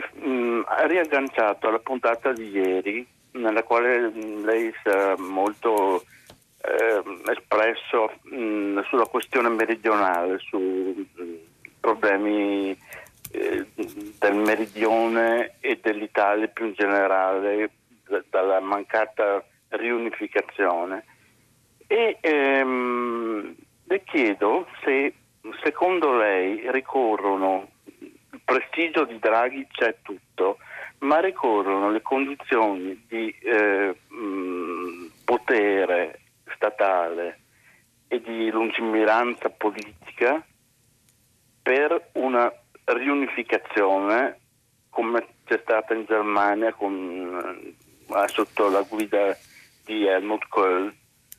Speaker 3: riagganciato alla puntata di ieri, nella quale lei sarà molto espresso sulla questione meridionale, su problemi del meridione e dell'Italia più in generale, dalla mancata riunificazione. E le chiedo se secondo lei ricorrono, il prestigio di Draghi c'è tutto, ma ricorrono le condizioni di potere statale e di lungimiranza politica per una riunificazione come c'è stata in Germania sotto la guida di Helmut Kohl.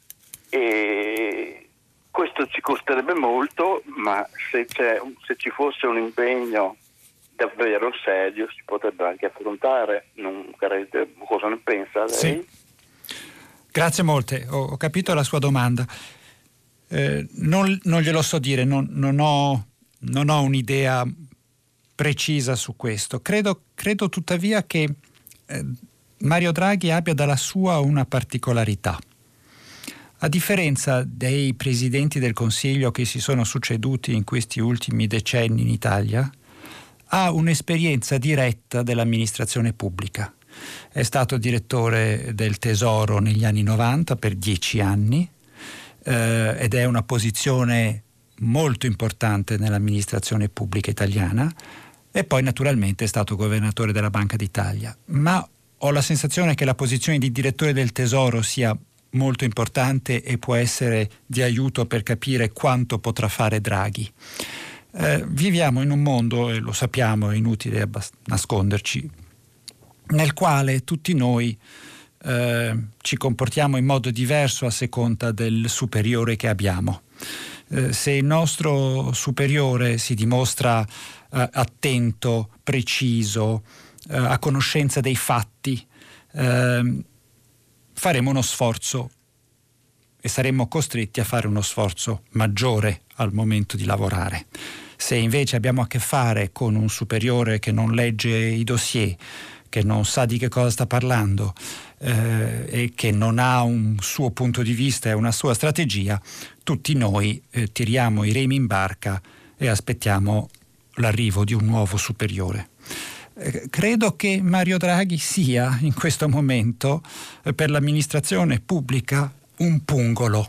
Speaker 3: E questo ci costerebbe molto, ma se ci fosse un impegno davvero serio si potrebbe anche affrontare, non crede? Cosa ne pensa lei?
Speaker 2: Sì. Grazie molte, ho capito la sua domanda. Non glielo so dire, non ho un'idea precisa su questo. Credo tuttavia che Mario Draghi abbia dalla sua una particolarità. A differenza dei presidenti del Consiglio che si sono succeduti in questi ultimi decenni in Italia, ha un'esperienza diretta dell'amministrazione pubblica. È stato direttore del Tesoro negli anni 90 per 10 anni ed è una posizione molto importante nell'amministrazione pubblica italiana, e poi naturalmente è stato governatore della Banca d'Italia. Ma ho la sensazione che la posizione di direttore del Tesoro sia molto importante e può essere di aiuto per capire quanto potrà fare Draghi. Viviamo in un mondo, e lo sappiamo, è inutile nasconderci, nel quale tutti noi ci comportiamo in modo diverso a seconda del superiore che abbiamo. Se il nostro superiore si dimostra attento, preciso, a conoscenza dei fatti, faremo uno sforzo e saremmo costretti a fare uno sforzo maggiore al momento di lavorare. Se invece abbiamo a che fare con un superiore che non legge i dossier, che non sa di che cosa sta parlando e che non ha un suo punto di vista e una sua strategia, tutti noi tiriamo i remi in barca e aspettiamo l'arrivo di un nuovo superiore. Credo che Mario Draghi sia in questo momento per l'amministrazione pubblica un pungolo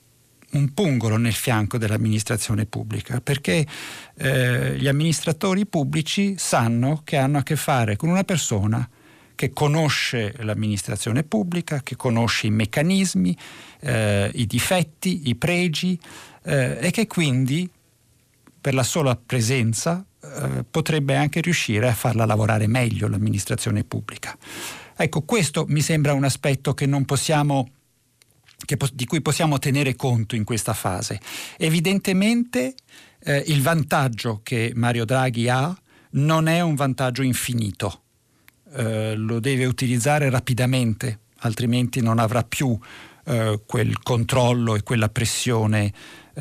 Speaker 2: nel fianco dell'amministrazione pubblica, perché gli amministratori pubblici sanno che hanno a che fare con una persona che conosce l'amministrazione pubblica, che conosce i meccanismi, i difetti, i pregi e che quindi per la sola presenza potrebbe anche riuscire a farla lavorare meglio l'amministrazione pubblica. Ecco, questo mi sembra un aspetto che non possiamo di cui possiamo tenere conto in questa fase. Evidentemente il vantaggio che Mario Draghi ha non è un vantaggio infinito, lo deve utilizzare rapidamente, altrimenti non avrà più quel controllo e quella pressione,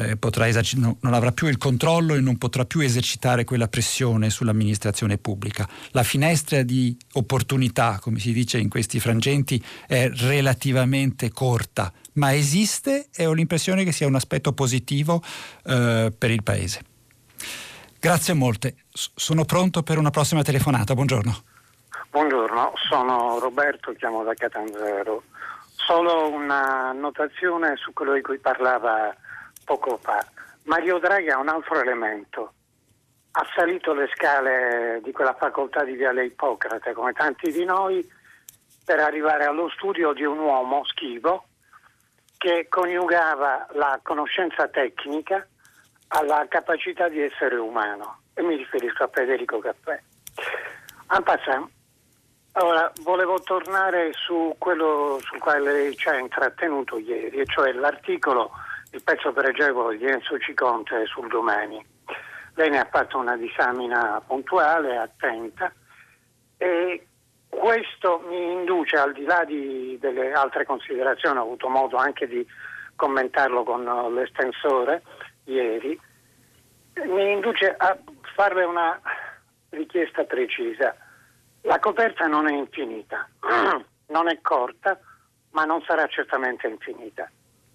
Speaker 2: non avrà più il controllo e non potrà più esercitare quella pressione sull'amministrazione pubblica. La finestra di opportunità, come si dice in questi frangenti, è relativamente corta, ma esiste e ho l'impressione che sia un aspetto positivo per il Paese. Grazie molte. Sono pronto per una prossima telefonata. Buongiorno.
Speaker 4: Buongiorno, sono Roberto, chiamo da Catanzaro. Solo una notazione su quello di cui parlava poco fa. Mario Draghi ha un altro elemento. Ha salito le scale di quella facoltà di Viale Ippocrate, come tanti di noi, per arrivare allo studio di un uomo, Schivo, che coniugava la conoscenza tecnica alla capacità di essere umano. E mi riferisco a Federico Cappelli. En passant, ora volevo tornare su quello sul quale lei ci ha intrattenuto ieri, e cioè l'articolo, il pezzo pregevole di Enzo Ciconte sul Domani. Lei ne ha fatto una disamina puntuale, attenta, e questo mi induce, al di là delle altre considerazioni, ho avuto modo anche di commentarlo con l'estensore ieri, mi induce a farle una richiesta precisa. La coperta non è infinita, non è corta, ma non sarà certamente infinita.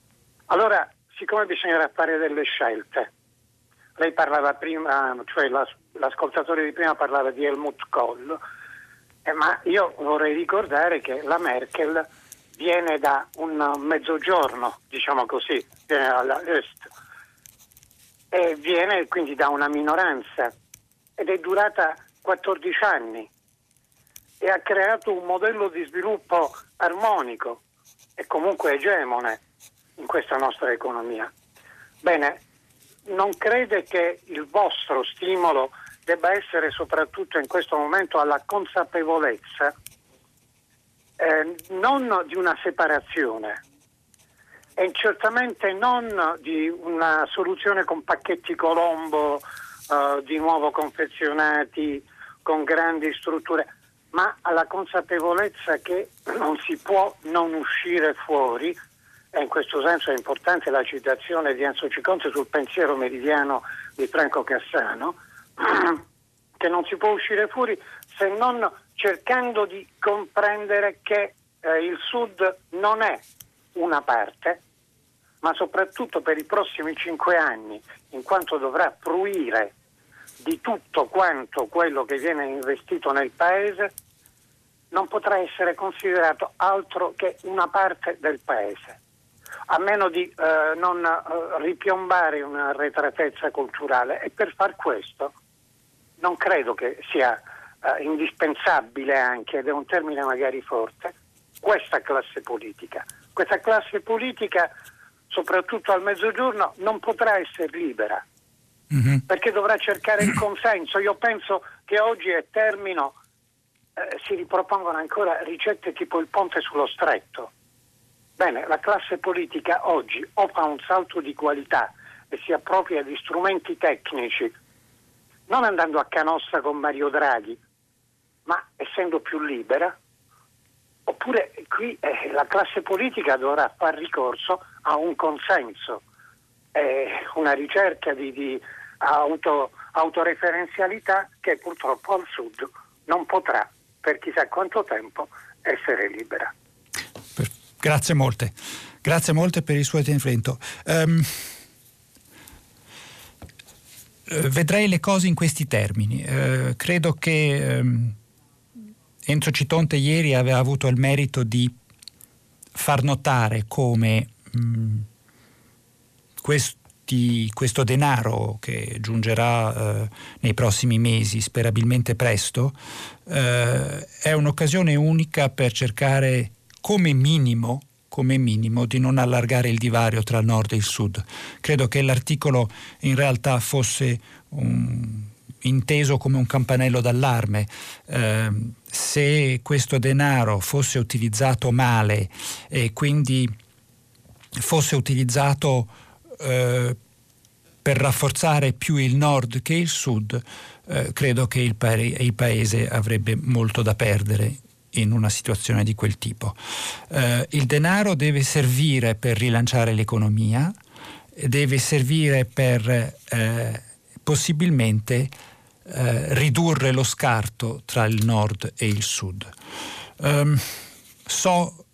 Speaker 4: Allora, siccome bisognerà fare delle scelte, lei parlava prima, cioè l'ascoltatore di prima parlava di Helmut Kohl, ma io vorrei ricordare che la Merkel viene da un mezzogiorno, diciamo così, viene dall'est, e viene quindi da una minoranza ed è durata 14 anni e ha creato un modello di sviluppo armonico e comunque egemone in questa nostra economia. Bene, non crede che il vostro stimolo debba essere soprattutto in questo momento alla consapevolezza non di una separazione e certamente non di una soluzione con pacchetti Colombo di nuovo confezionati con grandi strutture, ma alla consapevolezza che non si può non uscire fuori, e in questo senso è importante la citazione di Enzo Ciconte sul pensiero meridiano di Franco Cassano, che non si può uscire fuori se non cercando di comprendere che il Sud non è una parte, ma soprattutto per i prossimi 5 anni, in quanto dovrà fruire di tutto quanto quello che viene investito nel Paese, non potrà essere considerato altro che una parte del Paese, a meno di non ripiombare una arretratezza culturale. E per far questo non credo che sia indispensabile anche, ed è un termine magari forte, questa classe politica. Questa classe politica, soprattutto al mezzogiorno, non potrà essere libera, perché dovrà cercare il consenso. Io penso che oggi, e termino, si ripropongono ancora ricette tipo il ponte sullo stretto. Bene, la classe politica oggi o fa un salto di qualità e si appropria di strumenti tecnici, non andando a canossa con Mario Draghi, ma essendo più libera, oppure qui la classe politica dovrà far ricorso a un consenso, una ricerca di autoreferenzialità che purtroppo al Sud non potrà per chissà quanto tempo essere libera.
Speaker 2: Grazie molte per il suo intervento. Vedrei le cose in questi termini. Credo che Enzo Citonte ieri aveva avuto il merito di far notare come questo denaro che giungerà nei prossimi mesi, sperabilmente presto, è un'occasione unica per cercare come minimo di non allargare il divario tra il nord e il sud. Credo che l'articolo in realtà fosse inteso come un campanello d'allarme. Se questo denaro fosse utilizzato male e quindi fosse utilizzato per rafforzare più il nord che il sud, credo che il paese avrebbe molto da perdere in una situazione di quel tipo. Il denaro deve servire per rilanciare l'economia, deve servire per possibilmente ridurre lo scarto tra il nord e il sud. So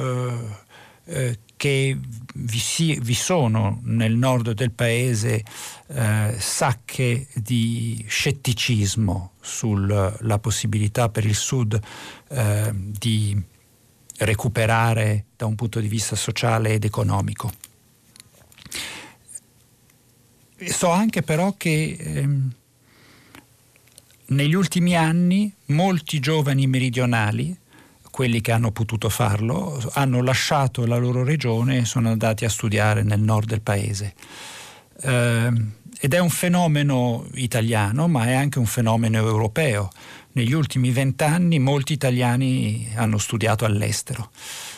Speaker 2: che vi sono nel nord del paese sacche di scetticismo sulla possibilità per il sud di recuperare da un punto di vista sociale ed economico. So anche però che negli ultimi anni molti giovani meridionali, quelli che hanno potuto farlo, hanno lasciato la loro regione e sono andati a studiare nel nord del paese. Ed è un fenomeno italiano, ma è anche un fenomeno europeo. Negli ultimi 20 anni molti italiani hanno studiato all'estero.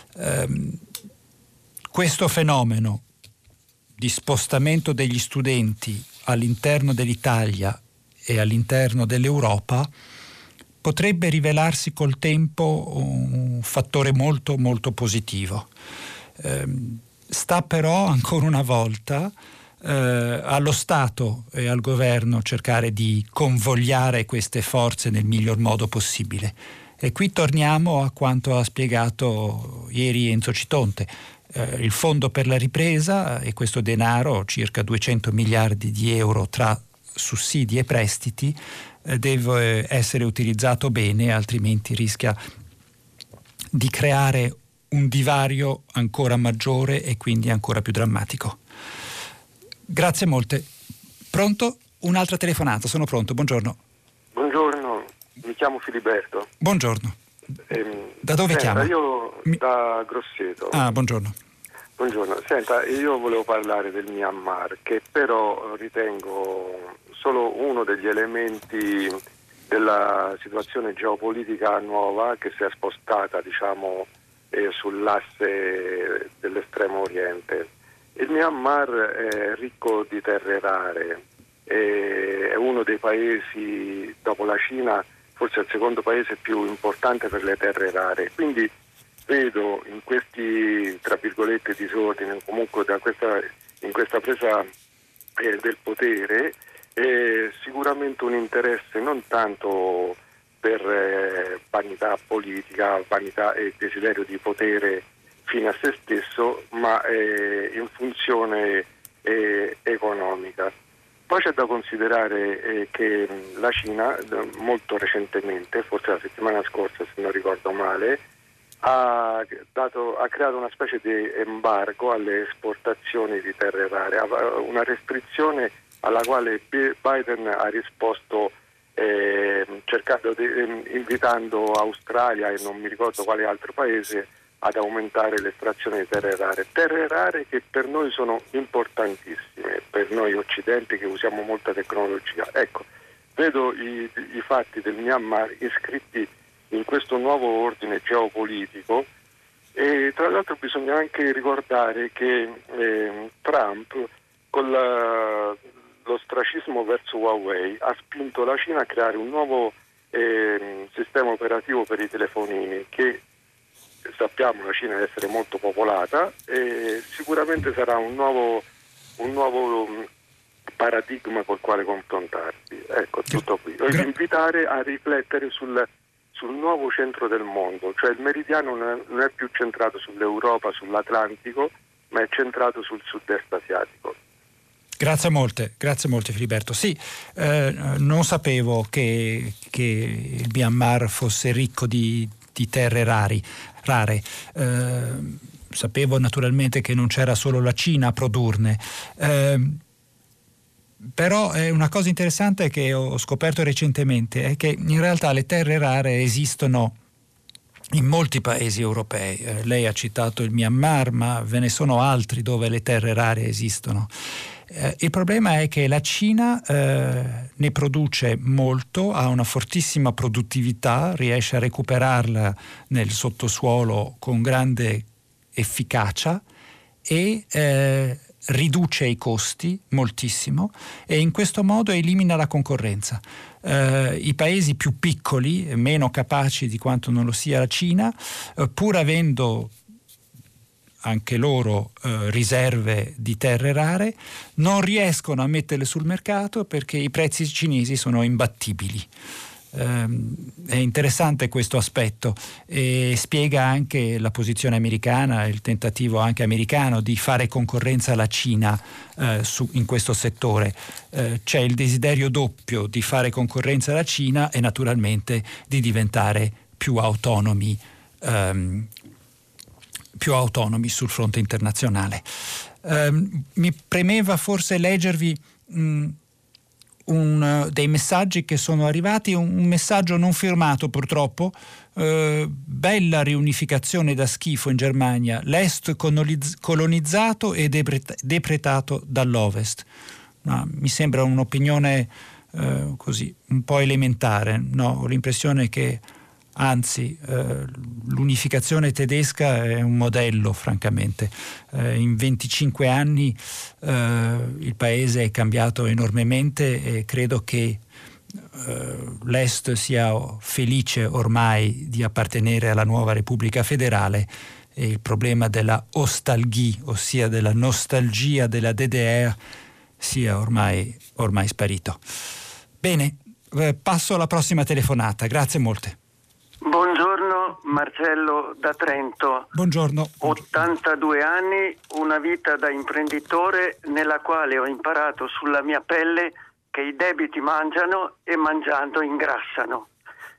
Speaker 2: Questo fenomeno di spostamento degli studenti all'interno dell'Italia e all'interno dell'Europa potrebbe rivelarsi col tempo un fattore molto molto positivo. Sta però ancora una volta allo Stato e al governo cercare di convogliare queste forze nel miglior modo possibile. E qui torniamo a quanto ha spiegato ieri Enzo Citonte. il fondo per la ripresa, e questo denaro, circa 200 miliardi di euro tra sussidi e prestiti, deve essere utilizzato bene, altrimenti rischia di creare un divario ancora maggiore e quindi ancora più drammatico. Grazie molte. Pronto? Un'altra telefonata, sono pronto, buongiorno.
Speaker 5: Buongiorno, mi chiamo Filiberto.
Speaker 2: Buongiorno. Da dove chiama?
Speaker 5: Io da Grosseto.
Speaker 2: Ah, buongiorno.
Speaker 5: Buongiorno, senta, io volevo parlare del Myanmar, che però ritengo solo uno degli elementi della situazione geopolitica nuova che si è spostata, diciamo, sull'asse dell'estremo oriente. Il Myanmar è ricco di terre rare, è uno dei paesi, dopo la Cina, forse il secondo paese più importante per le terre rare, quindi vedo in questi, tra virgolette, disordini, comunque in questa presa del potere, sicuramente un interesse non tanto per vanità politica, vanità e desiderio di potere fine a se stesso, ma in funzione economica. Poi c'è da considerare che la Cina molto recentemente, forse la settimana scorsa se non ricordo male, ha creato una specie di embargo alle esportazioni di terre rare, una restrizione alla quale Biden ha risposto invitando Australia e non mi ricordo quale altro paese ad aumentare l'estrazione di terre rare che per noi sono importantissime, per noi occidenti che usiamo molta tecnologia. Ecco, vedo i fatti del Myanmar iscritti in questo nuovo ordine geopolitico, e tra l'altro bisogna anche ricordare che Trump con l'ostracismo verso Huawei ha spinto la Cina a creare un nuovo sistema operativo per i telefonini che sappiamo la Cina essere molto popolata, e sicuramente sarà un nuovo paradigma col quale confrontarsi. Ecco, tutto qui. Voglio invitare a riflettere sul nuovo centro del mondo, cioè il meridiano non è più centrato sull'Europa, sull'Atlantico, ma è centrato sul sud-est asiatico.
Speaker 2: Grazie molte Filiberto. Sì, non sapevo che il Myanmar fosse ricco di terre rare. Sapevo naturalmente che non c'era solo la Cina a produrne. Però una cosa interessante che ho scoperto recentemente è che in realtà le terre rare esistono in molti paesi europei. Lei ha citato il Myanmar, ma ve ne sono altri dove le terre rare esistono. Il problema è che la Cina ne produce molto, ha una fortissima produttività, riesce a recuperarla nel sottosuolo con grande efficacia e riduce i costi moltissimo, e in questo modo elimina la concorrenza. I paesi più piccoli, meno capaci di quanto non lo sia la Cina, pur avendo anche loro riserve di terre rare, non riescono a metterle sul mercato perché i prezzi cinesi sono imbattibili. È interessante questo aspetto e spiega anche la posizione americana, il tentativo anche americano di fare concorrenza alla Cina in questo settore. C'è il desiderio doppio di fare concorrenza alla Cina e naturalmente di diventare più autonomi sul fronte internazionale. Mi premeva forse leggervi dei messaggi che sono arrivati, un messaggio non firmato purtroppo. Bella riunificazione da schifo in Germania, l'est colonizzato e depredato dall'ovest. Mi sembra un'opinione così un po' elementare, no? Ho l'impressione che anzi, l'unificazione tedesca è un modello, francamente. In 25 anni il paese è cambiato enormemente e credo che l'Est sia felice ormai di appartenere alla nuova Repubblica Federale, e il problema della ostalgie, ossia della nostalgia della DDR, sia ormai sparito. Bene, passo alla prossima telefonata. Grazie molte.
Speaker 6: Buongiorno, Marcello da Trento.
Speaker 2: Buongiorno.
Speaker 6: 82 anni, una vita da imprenditore nella quale ho imparato sulla mia pelle che i debiti mangiano e mangiando ingrassano.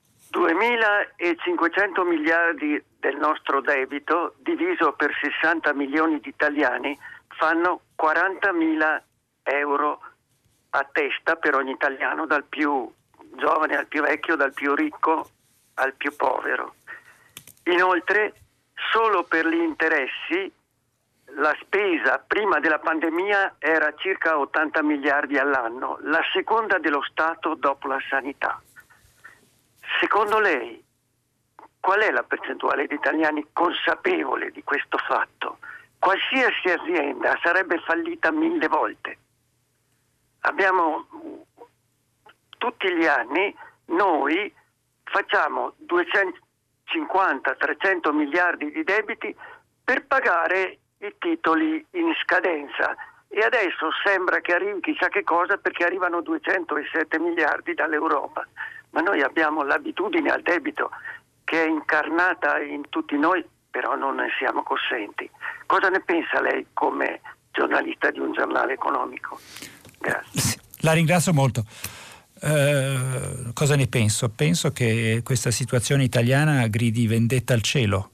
Speaker 6: 2.500 miliardi del nostro debito diviso per 60 milioni di italiani fanno 40.000 euro a testa per ogni italiano, dal più giovane al più vecchio, dal più ricco al più povero. Inoltre, solo per gli interessi la spesa prima della pandemia era circa 80 miliardi all'anno, la seconda dello Stato dopo la sanità. Secondo lei, qual è la percentuale di italiani consapevole di questo fatto? Qualsiasi azienda sarebbe fallita 1000 volte. Abbiamo tutti gli anni, noi facciamo 250-300 miliardi di debiti per pagare i titoli in scadenza, e adesso sembra che arrivi chissà che cosa perché arrivano 207 miliardi dall'Europa, ma noi abbiamo l'abitudine al debito che è incarnata in tutti noi, però non ne siamo coscienti. Cosa ne pensa lei come giornalista di un giornale economico? Grazie.
Speaker 2: La ringrazio molto. Cosa ne penso? Penso che questa situazione italiana gridi vendetta al cielo.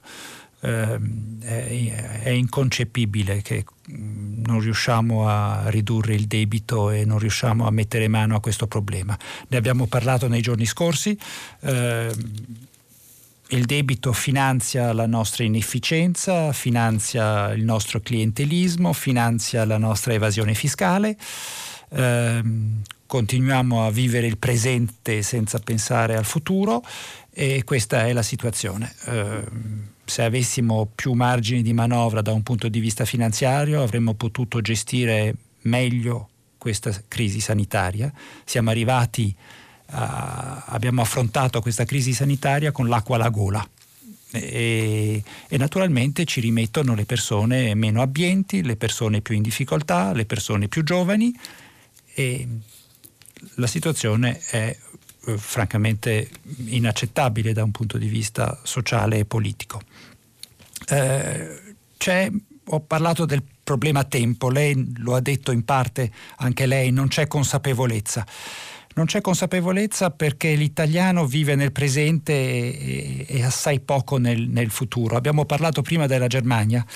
Speaker 2: È inconcepibile che non riusciamo a ridurre il debito e non riusciamo a mettere mano a questo problema. Ne abbiamo parlato nei giorni scorsi. Il debito finanzia la nostra inefficienza, finanzia il nostro clientelismo, finanzia la nostra evasione fiscale. Continuiamo a vivere il presente senza pensare al futuro, e questa è la situazione. Se avessimo più margini di manovra da un punto di vista finanziario, avremmo potuto gestire meglio questa crisi sanitaria. Abbiamo affrontato questa crisi sanitaria con l'acqua alla gola, e naturalmente ci rimettono le persone meno abbienti, le persone più in difficoltà, le persone più giovani, e la situazione è francamente inaccettabile da un punto di vista sociale e politico. Ho parlato del problema tempo, lei lo ha detto in parte anche lei, non c'è consapevolezza. Non c'è consapevolezza perché l'italiano vive nel presente e assai poco nel futuro. Abbiamo parlato prima della Germania.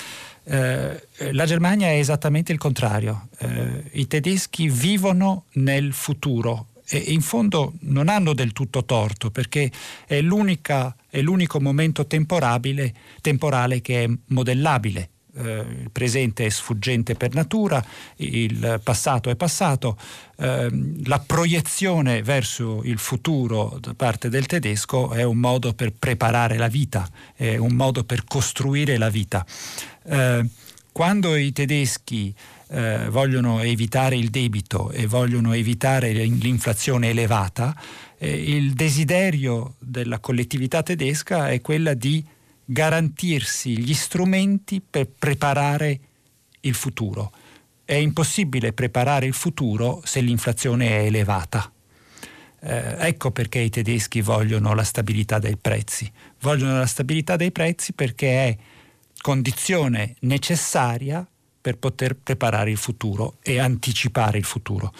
Speaker 2: La Germania è esattamente il contrario. I tedeschi vivono nel futuro e in fondo non hanno del tutto torto, perché è l'unico momento temporale che è modellabile. Il presente è sfuggente per natura, il passato è passato, la proiezione verso il futuro da parte del tedesco è un modo per preparare la vita, è un modo per costruire la vita. Quando i tedeschi vogliono evitare il debito e vogliono evitare l'inflazione elevata, il desiderio della collettività tedesca è quella di garantirsi gli strumenti per preparare il futuro. È impossibile preparare il futuro se l'inflazione è elevata. Ecco perché i tedeschi vogliono la stabilità dei prezzi. Vogliono la stabilità dei prezzi perché è condizione necessaria per poter preparare il futuro e anticipare il futuro.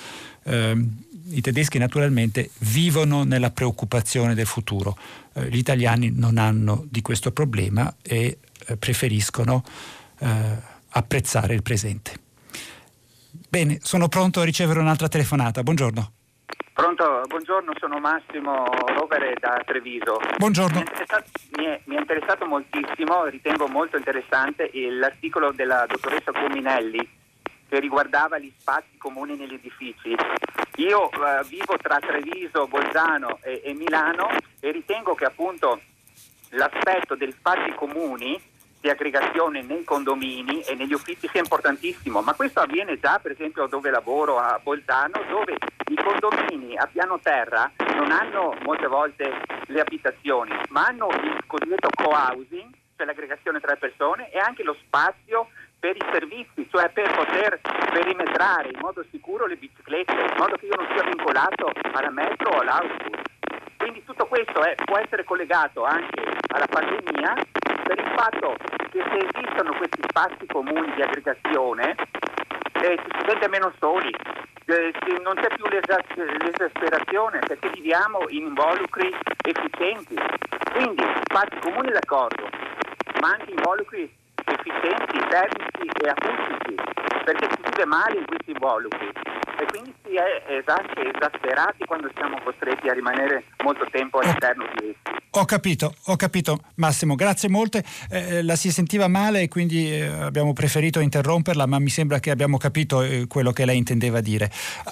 Speaker 2: I tedeschi naturalmente vivono nella preoccupazione del futuro. Gli italiani non hanno di questo problema e preferiscono apprezzare il presente. Bene, sono pronto a ricevere un'altra telefonata. Buongiorno.
Speaker 7: Pronto, buongiorno, sono Massimo Rovere da Treviso.
Speaker 2: Buongiorno.
Speaker 7: Mi è interessato moltissimo, ritengo molto interessante l'articolo della dottoressa Cominelli che riguardava gli spazi comuni negli edifici. Io vivo tra Treviso, Bolzano e Milano e ritengo che appunto l'aspetto degli spazi comuni di aggregazione nei condomini e negli uffici sia importantissimo, ma questo avviene già per esempio dove lavoro a Bolzano, dove i condomini a piano terra non hanno molte volte le abitazioni, ma hanno il cosiddetto co-housing, cioè l'aggregazione tra le persone, e anche lo spazio per i servizi, cioè per poter perimetrare in modo sicuro le biciclette, in modo che io non sia vincolato alla metro o all'autobus. Quindi tutto questo può essere collegato anche alla pandemia per il fatto che se esistono questi spazi comuni di aggregazione ci si sente meno soli, non c'è più l'esasperazione perché viviamo in involucri efficienti. Quindi spazi comuni d'accordo, ma anche involucri efficienti, termici e acustici, perché si vive male in questi involucri e quindi si è esasperati quando siamo costretti a rimanere molto tempo all'interno di essi.
Speaker 2: Ho capito Massimo, grazie molte. La si sentiva male e quindi abbiamo preferito interromperla, ma mi sembra che abbiamo capito quello che lei intendeva dire.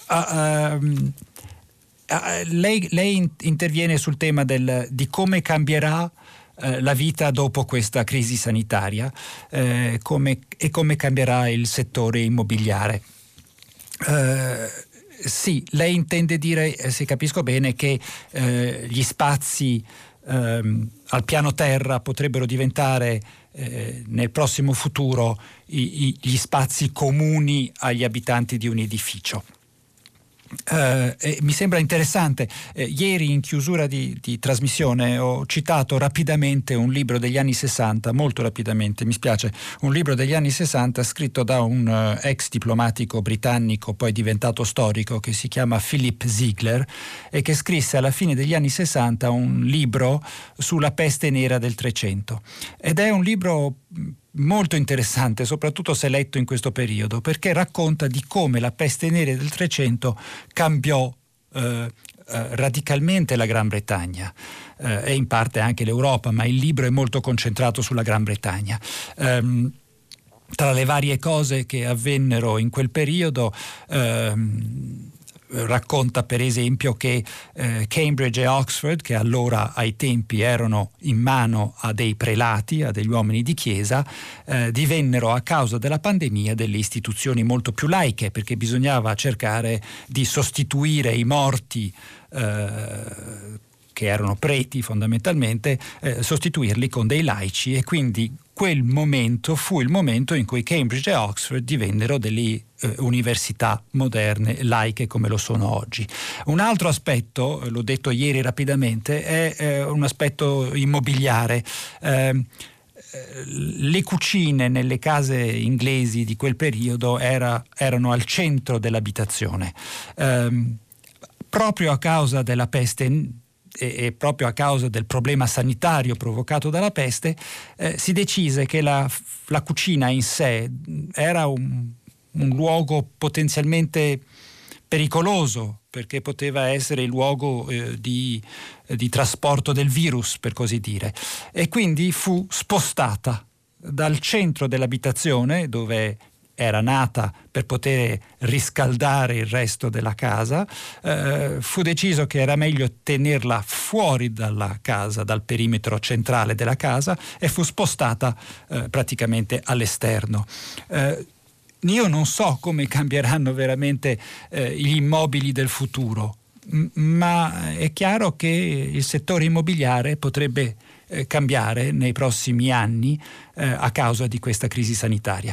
Speaker 2: Lei interviene sul tema di come cambierà la vita dopo questa crisi sanitaria e come cambierà il settore immobiliare. Sì, lei intende dire, se capisco bene, che gli spazi al piano terra potrebbero diventare nel prossimo futuro gli spazi comuni agli abitanti di un edificio. Mi sembra interessante. Ieri in chiusura di trasmissione ho citato rapidamente un libro degli anni 60, molto rapidamente, mi spiace, un libro degli anni 60 scritto da un ex diplomatico britannico poi diventato storico che si chiama Philip Ziegler e che scrisse alla fine degli anni 60 un libro sulla peste nera del 300 ed è un libro molto interessante, soprattutto se letto in questo periodo, perché racconta di come la peste nera del 300 cambiò radicalmente la Gran Bretagna e in parte anche l'Europa, ma il libro è molto concentrato sulla Gran Bretagna. Tra le varie cose che avvennero in quel periodo racconta per esempio che Cambridge e Oxford, che allora ai tempi erano in mano a dei prelati, a degli uomini di chiesa, divennero a causa della pandemia delle istituzioni molto più laiche, perché bisognava cercare di sostituire i morti che erano preti fondamentalmente, sostituirli con dei laici, e quindi quel momento fu il momento in cui Cambridge e Oxford divennero delle università moderne, laiche come lo sono oggi. Un altro aspetto, l'ho detto ieri rapidamente, è un aspetto immobiliare. Le cucine nelle case inglesi di quel periodo erano al centro dell'abitazione. Proprio a causa della peste e proprio a causa del problema sanitario provocato dalla peste, si decise che la cucina in sé era un luogo potenzialmente pericoloso, perché poteva essere il luogo di trasporto del virus, per così dire, e quindi fu spostata dal centro dell'abitazione, dove era nata per poter riscaldare il resto della casa. Fu deciso che era meglio tenerla fuori dalla casa, dal perimetro centrale della casa, e fu spostata praticamente all'esterno. Io non so come cambieranno veramente gli immobili del futuro, ma è chiaro che il settore immobiliare potrebbe cambiare nei prossimi anni a causa di questa crisi sanitaria.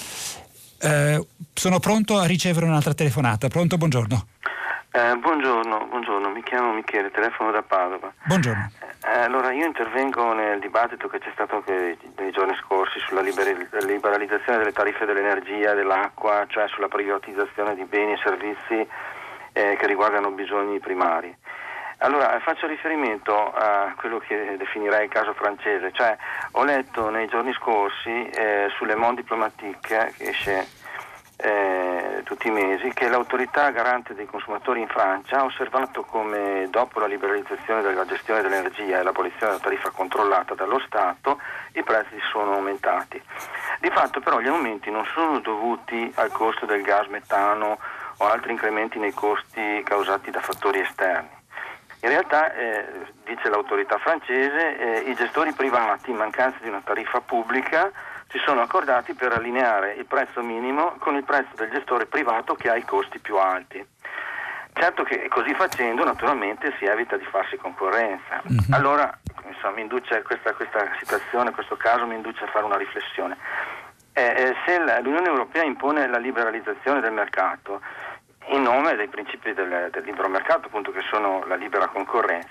Speaker 2: Sono pronto a ricevere un'altra telefonata. Pronto, buongiorno.
Speaker 8: Buongiorno, mi chiamo Michele, telefono da Padova.
Speaker 2: Buongiorno.
Speaker 8: Allora, io intervengo nel dibattito che c'è stato anche nei giorni scorsi sulla liberalizzazione delle tariffe dell'energia, dell'acqua, cioè sulla privatizzazione di beni e servizi che riguardano bisogni primari. Allora, faccio riferimento a quello che definirei il caso francese, cioè ho letto nei giorni scorsi su Le Monde Diplomatique, che esce tutti i mesi, che l'autorità garante dei consumatori in Francia ha osservato come dopo la liberalizzazione della gestione dell'energia e l'abolizione della tariffa controllata dallo Stato i prezzi sono aumentati. Di fatto però gli aumenti non sono dovuti al costo del gas metano o altri incrementi nei costi causati da fattori esterni. In realtà, dice l'autorità francese, i gestori privati, in mancanza di una tariffa pubblica, si sono accordati per allineare il prezzo minimo con il prezzo del gestore privato che ha i costi più alti. Certo che così facendo naturalmente si evita di farsi concorrenza. Mm-hmm. Allora, insomma, mi induce questa situazione, questo caso mi induce a fare una riflessione. Se l'Unione Europea impone la liberalizzazione del mercato in nome dei principi del libero mercato, appunto, che sono la libera concorrenza,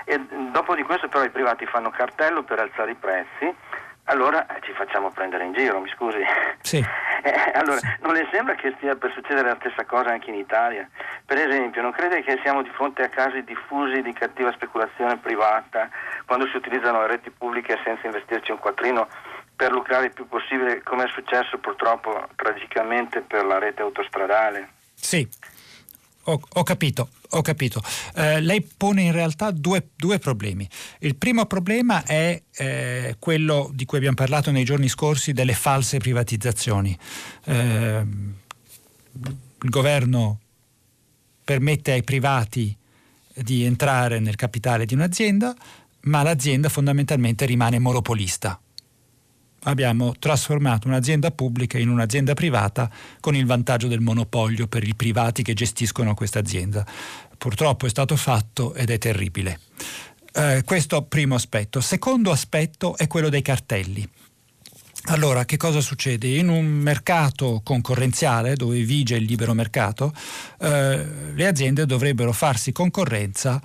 Speaker 8: E dopo di questo però i privati fanno cartello per alzare i prezzi, allora ci facciamo prendere in giro, mi scusi.
Speaker 2: Sì.
Speaker 8: Allora, non le sembra che stia per succedere la stessa cosa anche in Italia? Per esempio, non crede che siamo di fronte a casi diffusi di cattiva speculazione privata quando si utilizzano le reti pubbliche senza investirci un quattrino per lucrare il più possibile, come è successo purtroppo tragicamente per la rete autostradale?
Speaker 2: Sì, ho capito. Lei pone in realtà due problemi. Il primo problema è quello di cui abbiamo parlato nei giorni scorsi, delle false privatizzazioni. Il governo permette ai privati di entrare nel capitale di un'azienda, ma l'azienda fondamentalmente rimane monopolista. Abbiamo trasformato un'azienda pubblica in un'azienda privata con il vantaggio del monopolio per i privati che gestiscono questa azienda. Purtroppo è stato fatto ed è terribile. Questo primo aspetto. Secondo aspetto è quello dei cartelli. Allora, che cosa succede? In un mercato concorrenziale dove vige il libero mercato, le aziende dovrebbero farsi concorrenza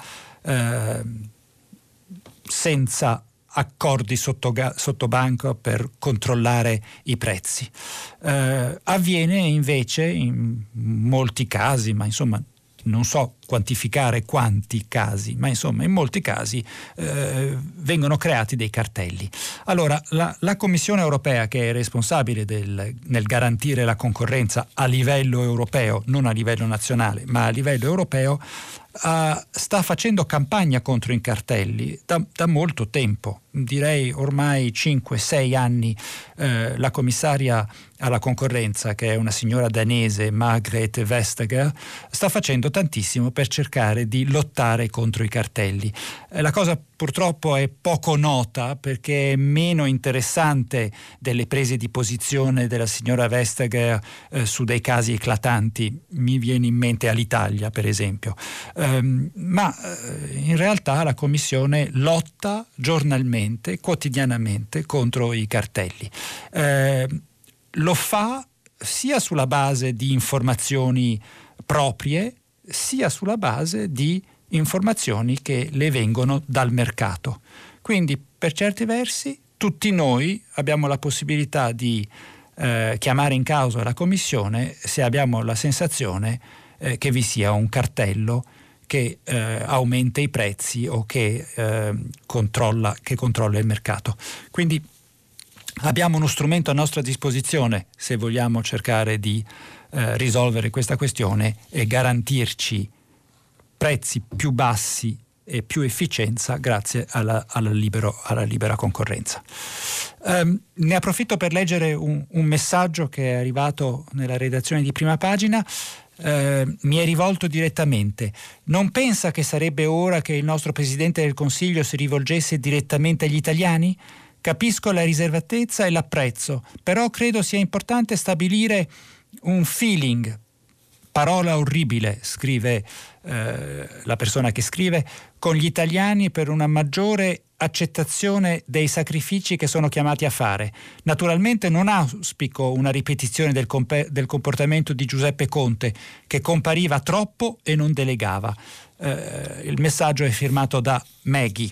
Speaker 2: senza accordi sotto banco per controllare i prezzi. Avviene invece in molti casi, ma insomma non so quantificare quanti casi, ma insomma in molti casi vengono creati dei cartelli. Allora la Commissione europea, che è responsabile nel garantire la concorrenza a livello europeo, non a livello nazionale ma a livello europeo, sta facendo campagna contro i cartelli da molto tempo, direi ormai 5-6 anni. La commissaria alla concorrenza, che è una signora danese, Margrethe Vestager, sta facendo tantissimo per cercare di lottare contro i cartelli. La cosa purtroppo è poco nota perché è meno interessante delle prese di posizione della signora Vestager su dei casi eclatanti. Mi viene in mente Alitalia, per esempio. Ma in realtà la Commissione lotta giornalmente, quotidianamente contro i cartelli. Lo fa sia sulla base di informazioni proprie, sia sulla base di informazioni che le vengono dal mercato. Quindi, per certi versi, tutti noi abbiamo la possibilità di chiamare in causa la Commissione se abbiamo la sensazione che vi sia un cartello che aumenta i prezzi o che controlla il mercato. Quindi abbiamo uno strumento a nostra disposizione se vogliamo cercare di risolvere questa questione e garantirci prezzi più bassi e più efficienza grazie alla libera concorrenza. Ne approfitto per leggere un messaggio che è arrivato nella redazione di Prima Pagina. Mi è rivolto direttamente. Non pensa che sarebbe ora che il nostro Presidente del Consiglio si rivolgesse direttamente agli italiani? Capisco la riservatezza e l'apprezzo, però credo sia importante stabilire un feeling. Parola orribile, scrive la persona che scrive, con gli italiani per una maggiore accettazione dei sacrifici che sono chiamati a fare. Naturalmente non auspico una ripetizione del comportamento di Giuseppe Conte, che compariva troppo e non delegava. Il messaggio è firmato da Maggie.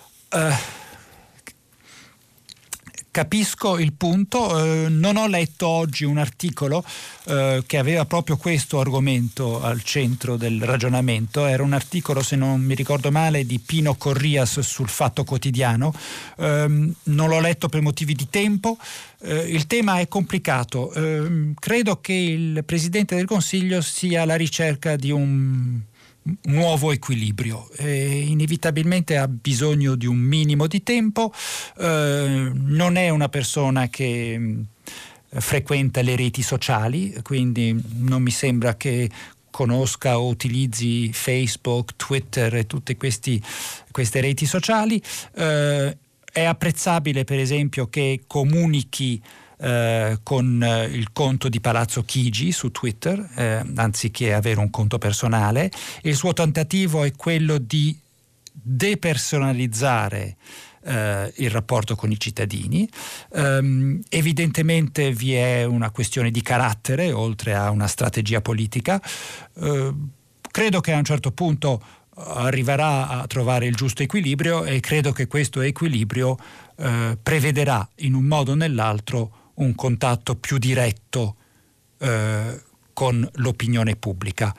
Speaker 2: Capisco il punto, non ho letto oggi un articolo che aveva proprio questo argomento al centro del ragionamento. Era un articolo, se non mi ricordo male, di Pino Corrias sul Fatto Quotidiano. Non l'ho letto per motivi di tempo. Il tema è complicato. Credo che il Presidente del Consiglio sia alla ricerca di un nuovo equilibrio, inevitabilmente ha bisogno di un minimo di tempo, non è una persona che frequenta le reti sociali, quindi non mi sembra che conosca o utilizzi Facebook, Twitter e tutte queste reti sociali. È apprezzabile per esempio che comunichi con il conto di Palazzo Chigi su Twitter, anziché avere un conto personale. Il suo tentativo è quello di depersonalizzare il rapporto con i cittadini. Evidentemente vi è una questione di carattere oltre a una strategia politica. Credo che a un certo punto arriverà a trovare il giusto equilibrio, e credo che questo equilibrio prevederà in un modo o nell'altro un contatto più diretto con l'opinione pubblica.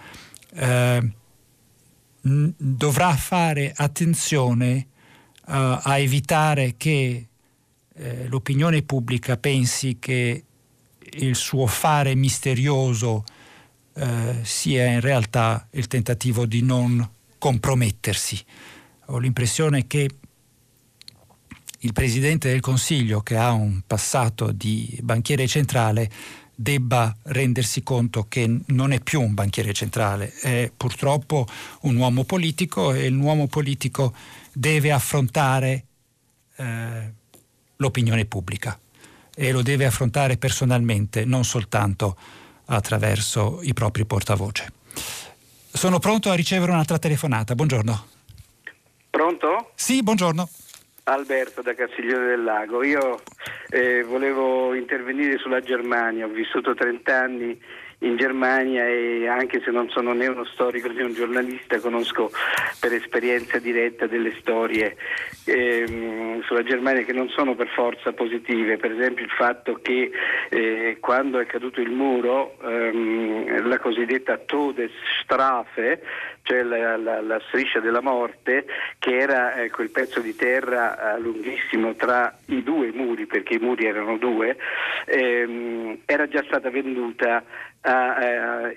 Speaker 2: Dovrà fare attenzione a evitare che l'opinione pubblica pensi che il suo fare misterioso sia in realtà il tentativo di non compromettersi. Ho l'impressione che il Presidente del Consiglio, che ha un passato di banchiere centrale, debba rendersi conto che non è più un banchiere centrale, è purtroppo un uomo politico, e l'uomo politico deve affrontare l'opinione pubblica, e lo deve affrontare personalmente, non soltanto attraverso i propri portavoce. Sono pronto a ricevere un'altra telefonata. Buongiorno.
Speaker 9: Pronto?
Speaker 2: Sì, buongiorno.
Speaker 9: Alberto da Castiglione del Lago. Io volevo intervenire sulla Germania. Ho vissuto 30 anni in Germania, e anche se non sono né uno storico né un giornalista, conosco per esperienza diretta delle storie sulla Germania che non sono per forza positive. Per esempio il fatto che quando è caduto il muro, la cosiddetta Todesstrafe, cioè la striscia della morte, che era quel pezzo di terra lunghissimo tra i due muri, perché i muri erano due, era già stata venduta a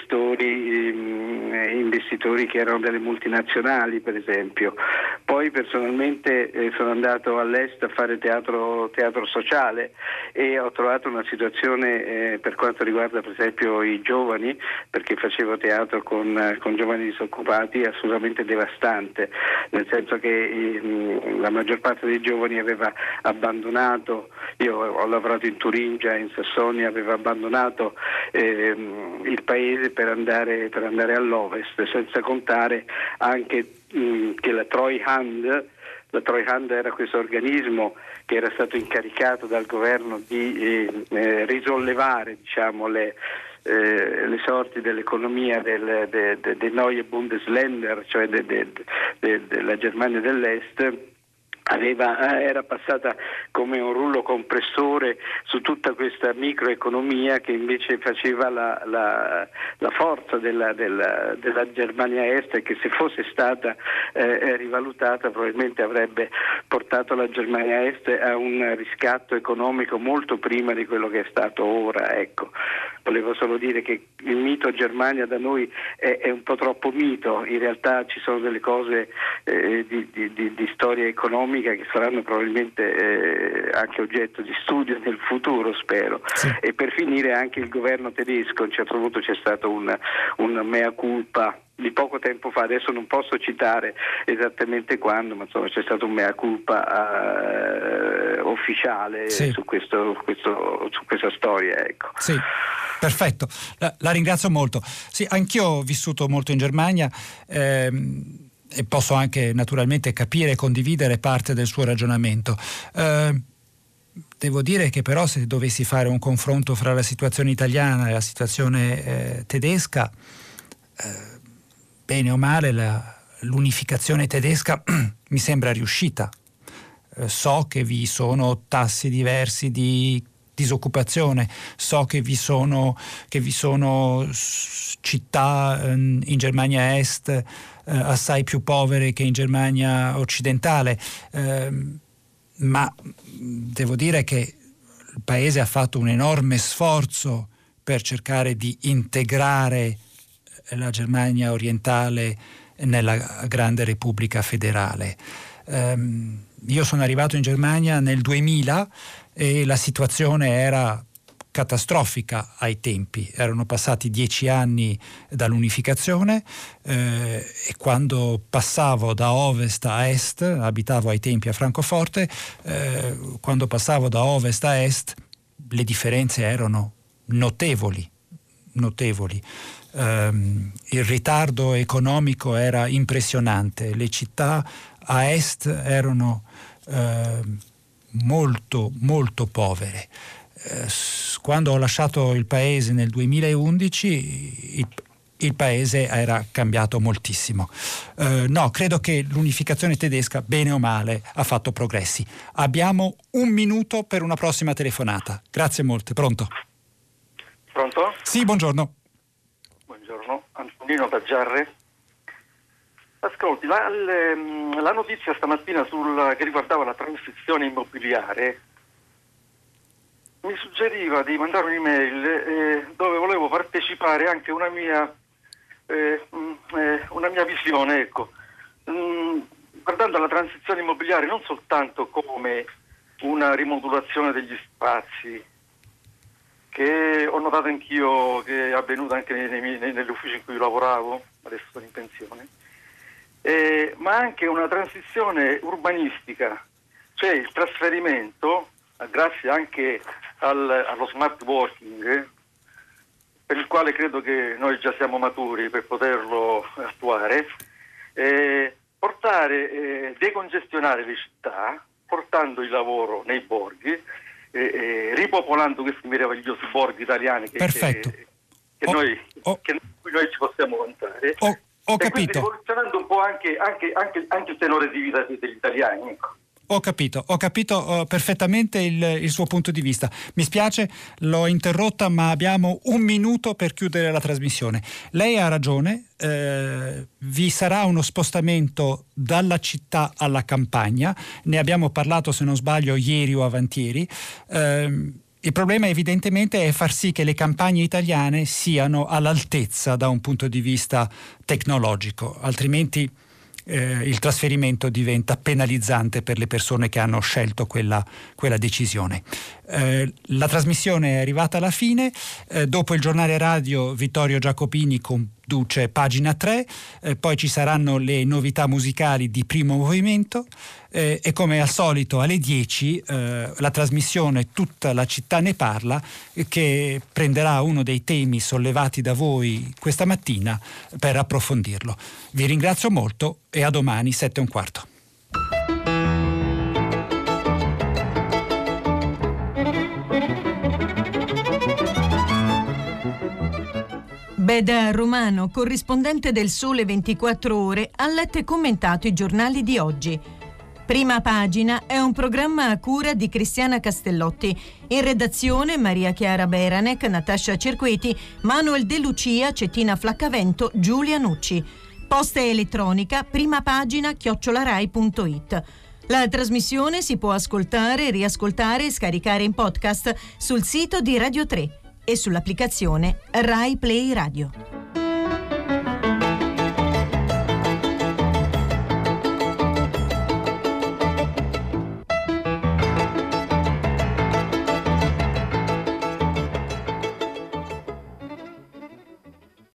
Speaker 9: investitori che erano delle multinazionali, per esempio. Poi personalmente sono andato all'est a fare teatro sociale, e ho trovato una situazione per quanto riguarda per esempio i giovani, perché facevo teatro con giovani disoccupati, assolutamente devastante, nel senso che la maggior parte dei giovani aveva abbandonato. Io ho lavorato in Turingia, in Sassonia, aveva abbandonato il paese per andare all'ovest, senza contare anche che la Treuhand era questo organismo che era stato incaricato dal governo di risollevare, diciamo, le sorti dell'economia dei Neue Bundesländer, cioè della Germania dell'Est. Era passata come un rullo compressore su tutta questa microeconomia che invece faceva la forza della Germania Est, e che se fosse stata rivalutata probabilmente avrebbe portato la Germania Est a un riscatto economico molto prima di quello che è stato ora. Ecco, volevo solo dire che il mito Germania da noi è un po' troppo mito. In realtà ci sono delle cose di storia economica che saranno probabilmente anche oggetto di studio nel futuro, spero. Sì. E per finire anche il governo tedesco, a un certo punto c'è stato un mea culpa di poco tempo fa, adesso non posso citare esattamente quando, ma insomma c'è stato un mea culpa ufficiale. Sì. su questa storia, ecco.
Speaker 2: Sì. Perfetto, la ringrazio molto. Sì, anch'io ho vissuto molto in Germania, e posso anche naturalmente capire e condividere parte del suo ragionamento. Devo dire che però, se dovessi fare un confronto fra la situazione italiana e la situazione tedesca, bene o male l'unificazione tedesca mi sembra riuscita. So che vi sono tassi diversi di disoccupazione, so che vi sono città in Germania Est assai più povere che in Germania occidentale, ma devo dire che il paese ha fatto un enorme sforzo per cercare di integrare la Germania orientale nella grande Repubblica federale. Io sono arrivato in Germania nel 2000 e la situazione era catastrofica ai tempi. Erano passati 10 anni dall'unificazione, e quando passavo da ovest a est, abitavo ai tempi a Francoforte, quando passavo da ovest a est le differenze erano notevoli. Il ritardo economico era impressionante, le città a est erano molto molto povere. Quando ho lasciato il paese nel 2011 il paese era cambiato moltissimo. No, credo che l'unificazione tedesca, bene o male, ha fatto progressi. Abbiamo 1 minuto per una prossima telefonata. Grazie molte. Pronto?
Speaker 10: Pronto?
Speaker 2: Sì, buongiorno.
Speaker 10: Buongiorno, Antonino da Giarre. Ascolti, la notizia stamattina che riguardava la transizione immobiliare mi suggeriva di mandare un'email dove volevo partecipare anche una mia visione, ecco. Guardando la transizione immobiliare non soltanto come una rimodulazione degli spazi, che ho notato anch'io che è avvenuta anche negli uffici in cui lavoravo, adesso sono in pensione, ma anche una transizione urbanistica, cioè il trasferimento, grazie anche allo smart working, per il quale credo che noi già siamo maturi per poterlo attuare, decongestionare le città, portando il lavoro nei borghi, ripopolando questi meravigliosi borghi italiani che noi ci possiamo vantare.
Speaker 2: Ho capito.
Speaker 10: Rivoluzionando un po' anche il tenore di vita degli italiani, ecco.
Speaker 2: Ho capito perfettamente il suo punto di vista. Mi spiace, l'ho interrotta, ma abbiamo 1 minuto per chiudere la trasmissione. Lei ha ragione, vi sarà uno spostamento dalla città alla campagna, ne abbiamo parlato, se non sbaglio, ieri o avantieri. Il problema evidentemente è far sì che le campagne italiane siano all'altezza da un punto di vista tecnologico, altrimenti il trasferimento diventa penalizzante per le persone che hanno scelto quella decisione. La trasmissione è arrivata alla fine. Dopo il giornale radio Vittorio Giacopini conduce Pagina 3, poi ci saranno le novità musicali di Primo Movimento e come al solito alle 10 la trasmissione Tutta la città ne parla, che prenderà uno dei temi sollevati da voi questa mattina per approfondirlo. Vi ringrazio molto e a domani 7:15.
Speaker 1: Beda Romano, corrispondente del Sole 24 Ore, ha letto e commentato i giornali di oggi. Prima Pagina è un programma a cura di Cristiana Castellotti. In redazione Maria Chiara Beranec, Natascia Cerqueti, Manuel De Lucia, Cettina Flaccavento, Giulia Nucci. Posta elettronica primapagina@rai.it. La trasmissione si può ascoltare, riascoltare e scaricare in podcast sul sito di Radio 3 e sull'applicazione Rai Play Radio.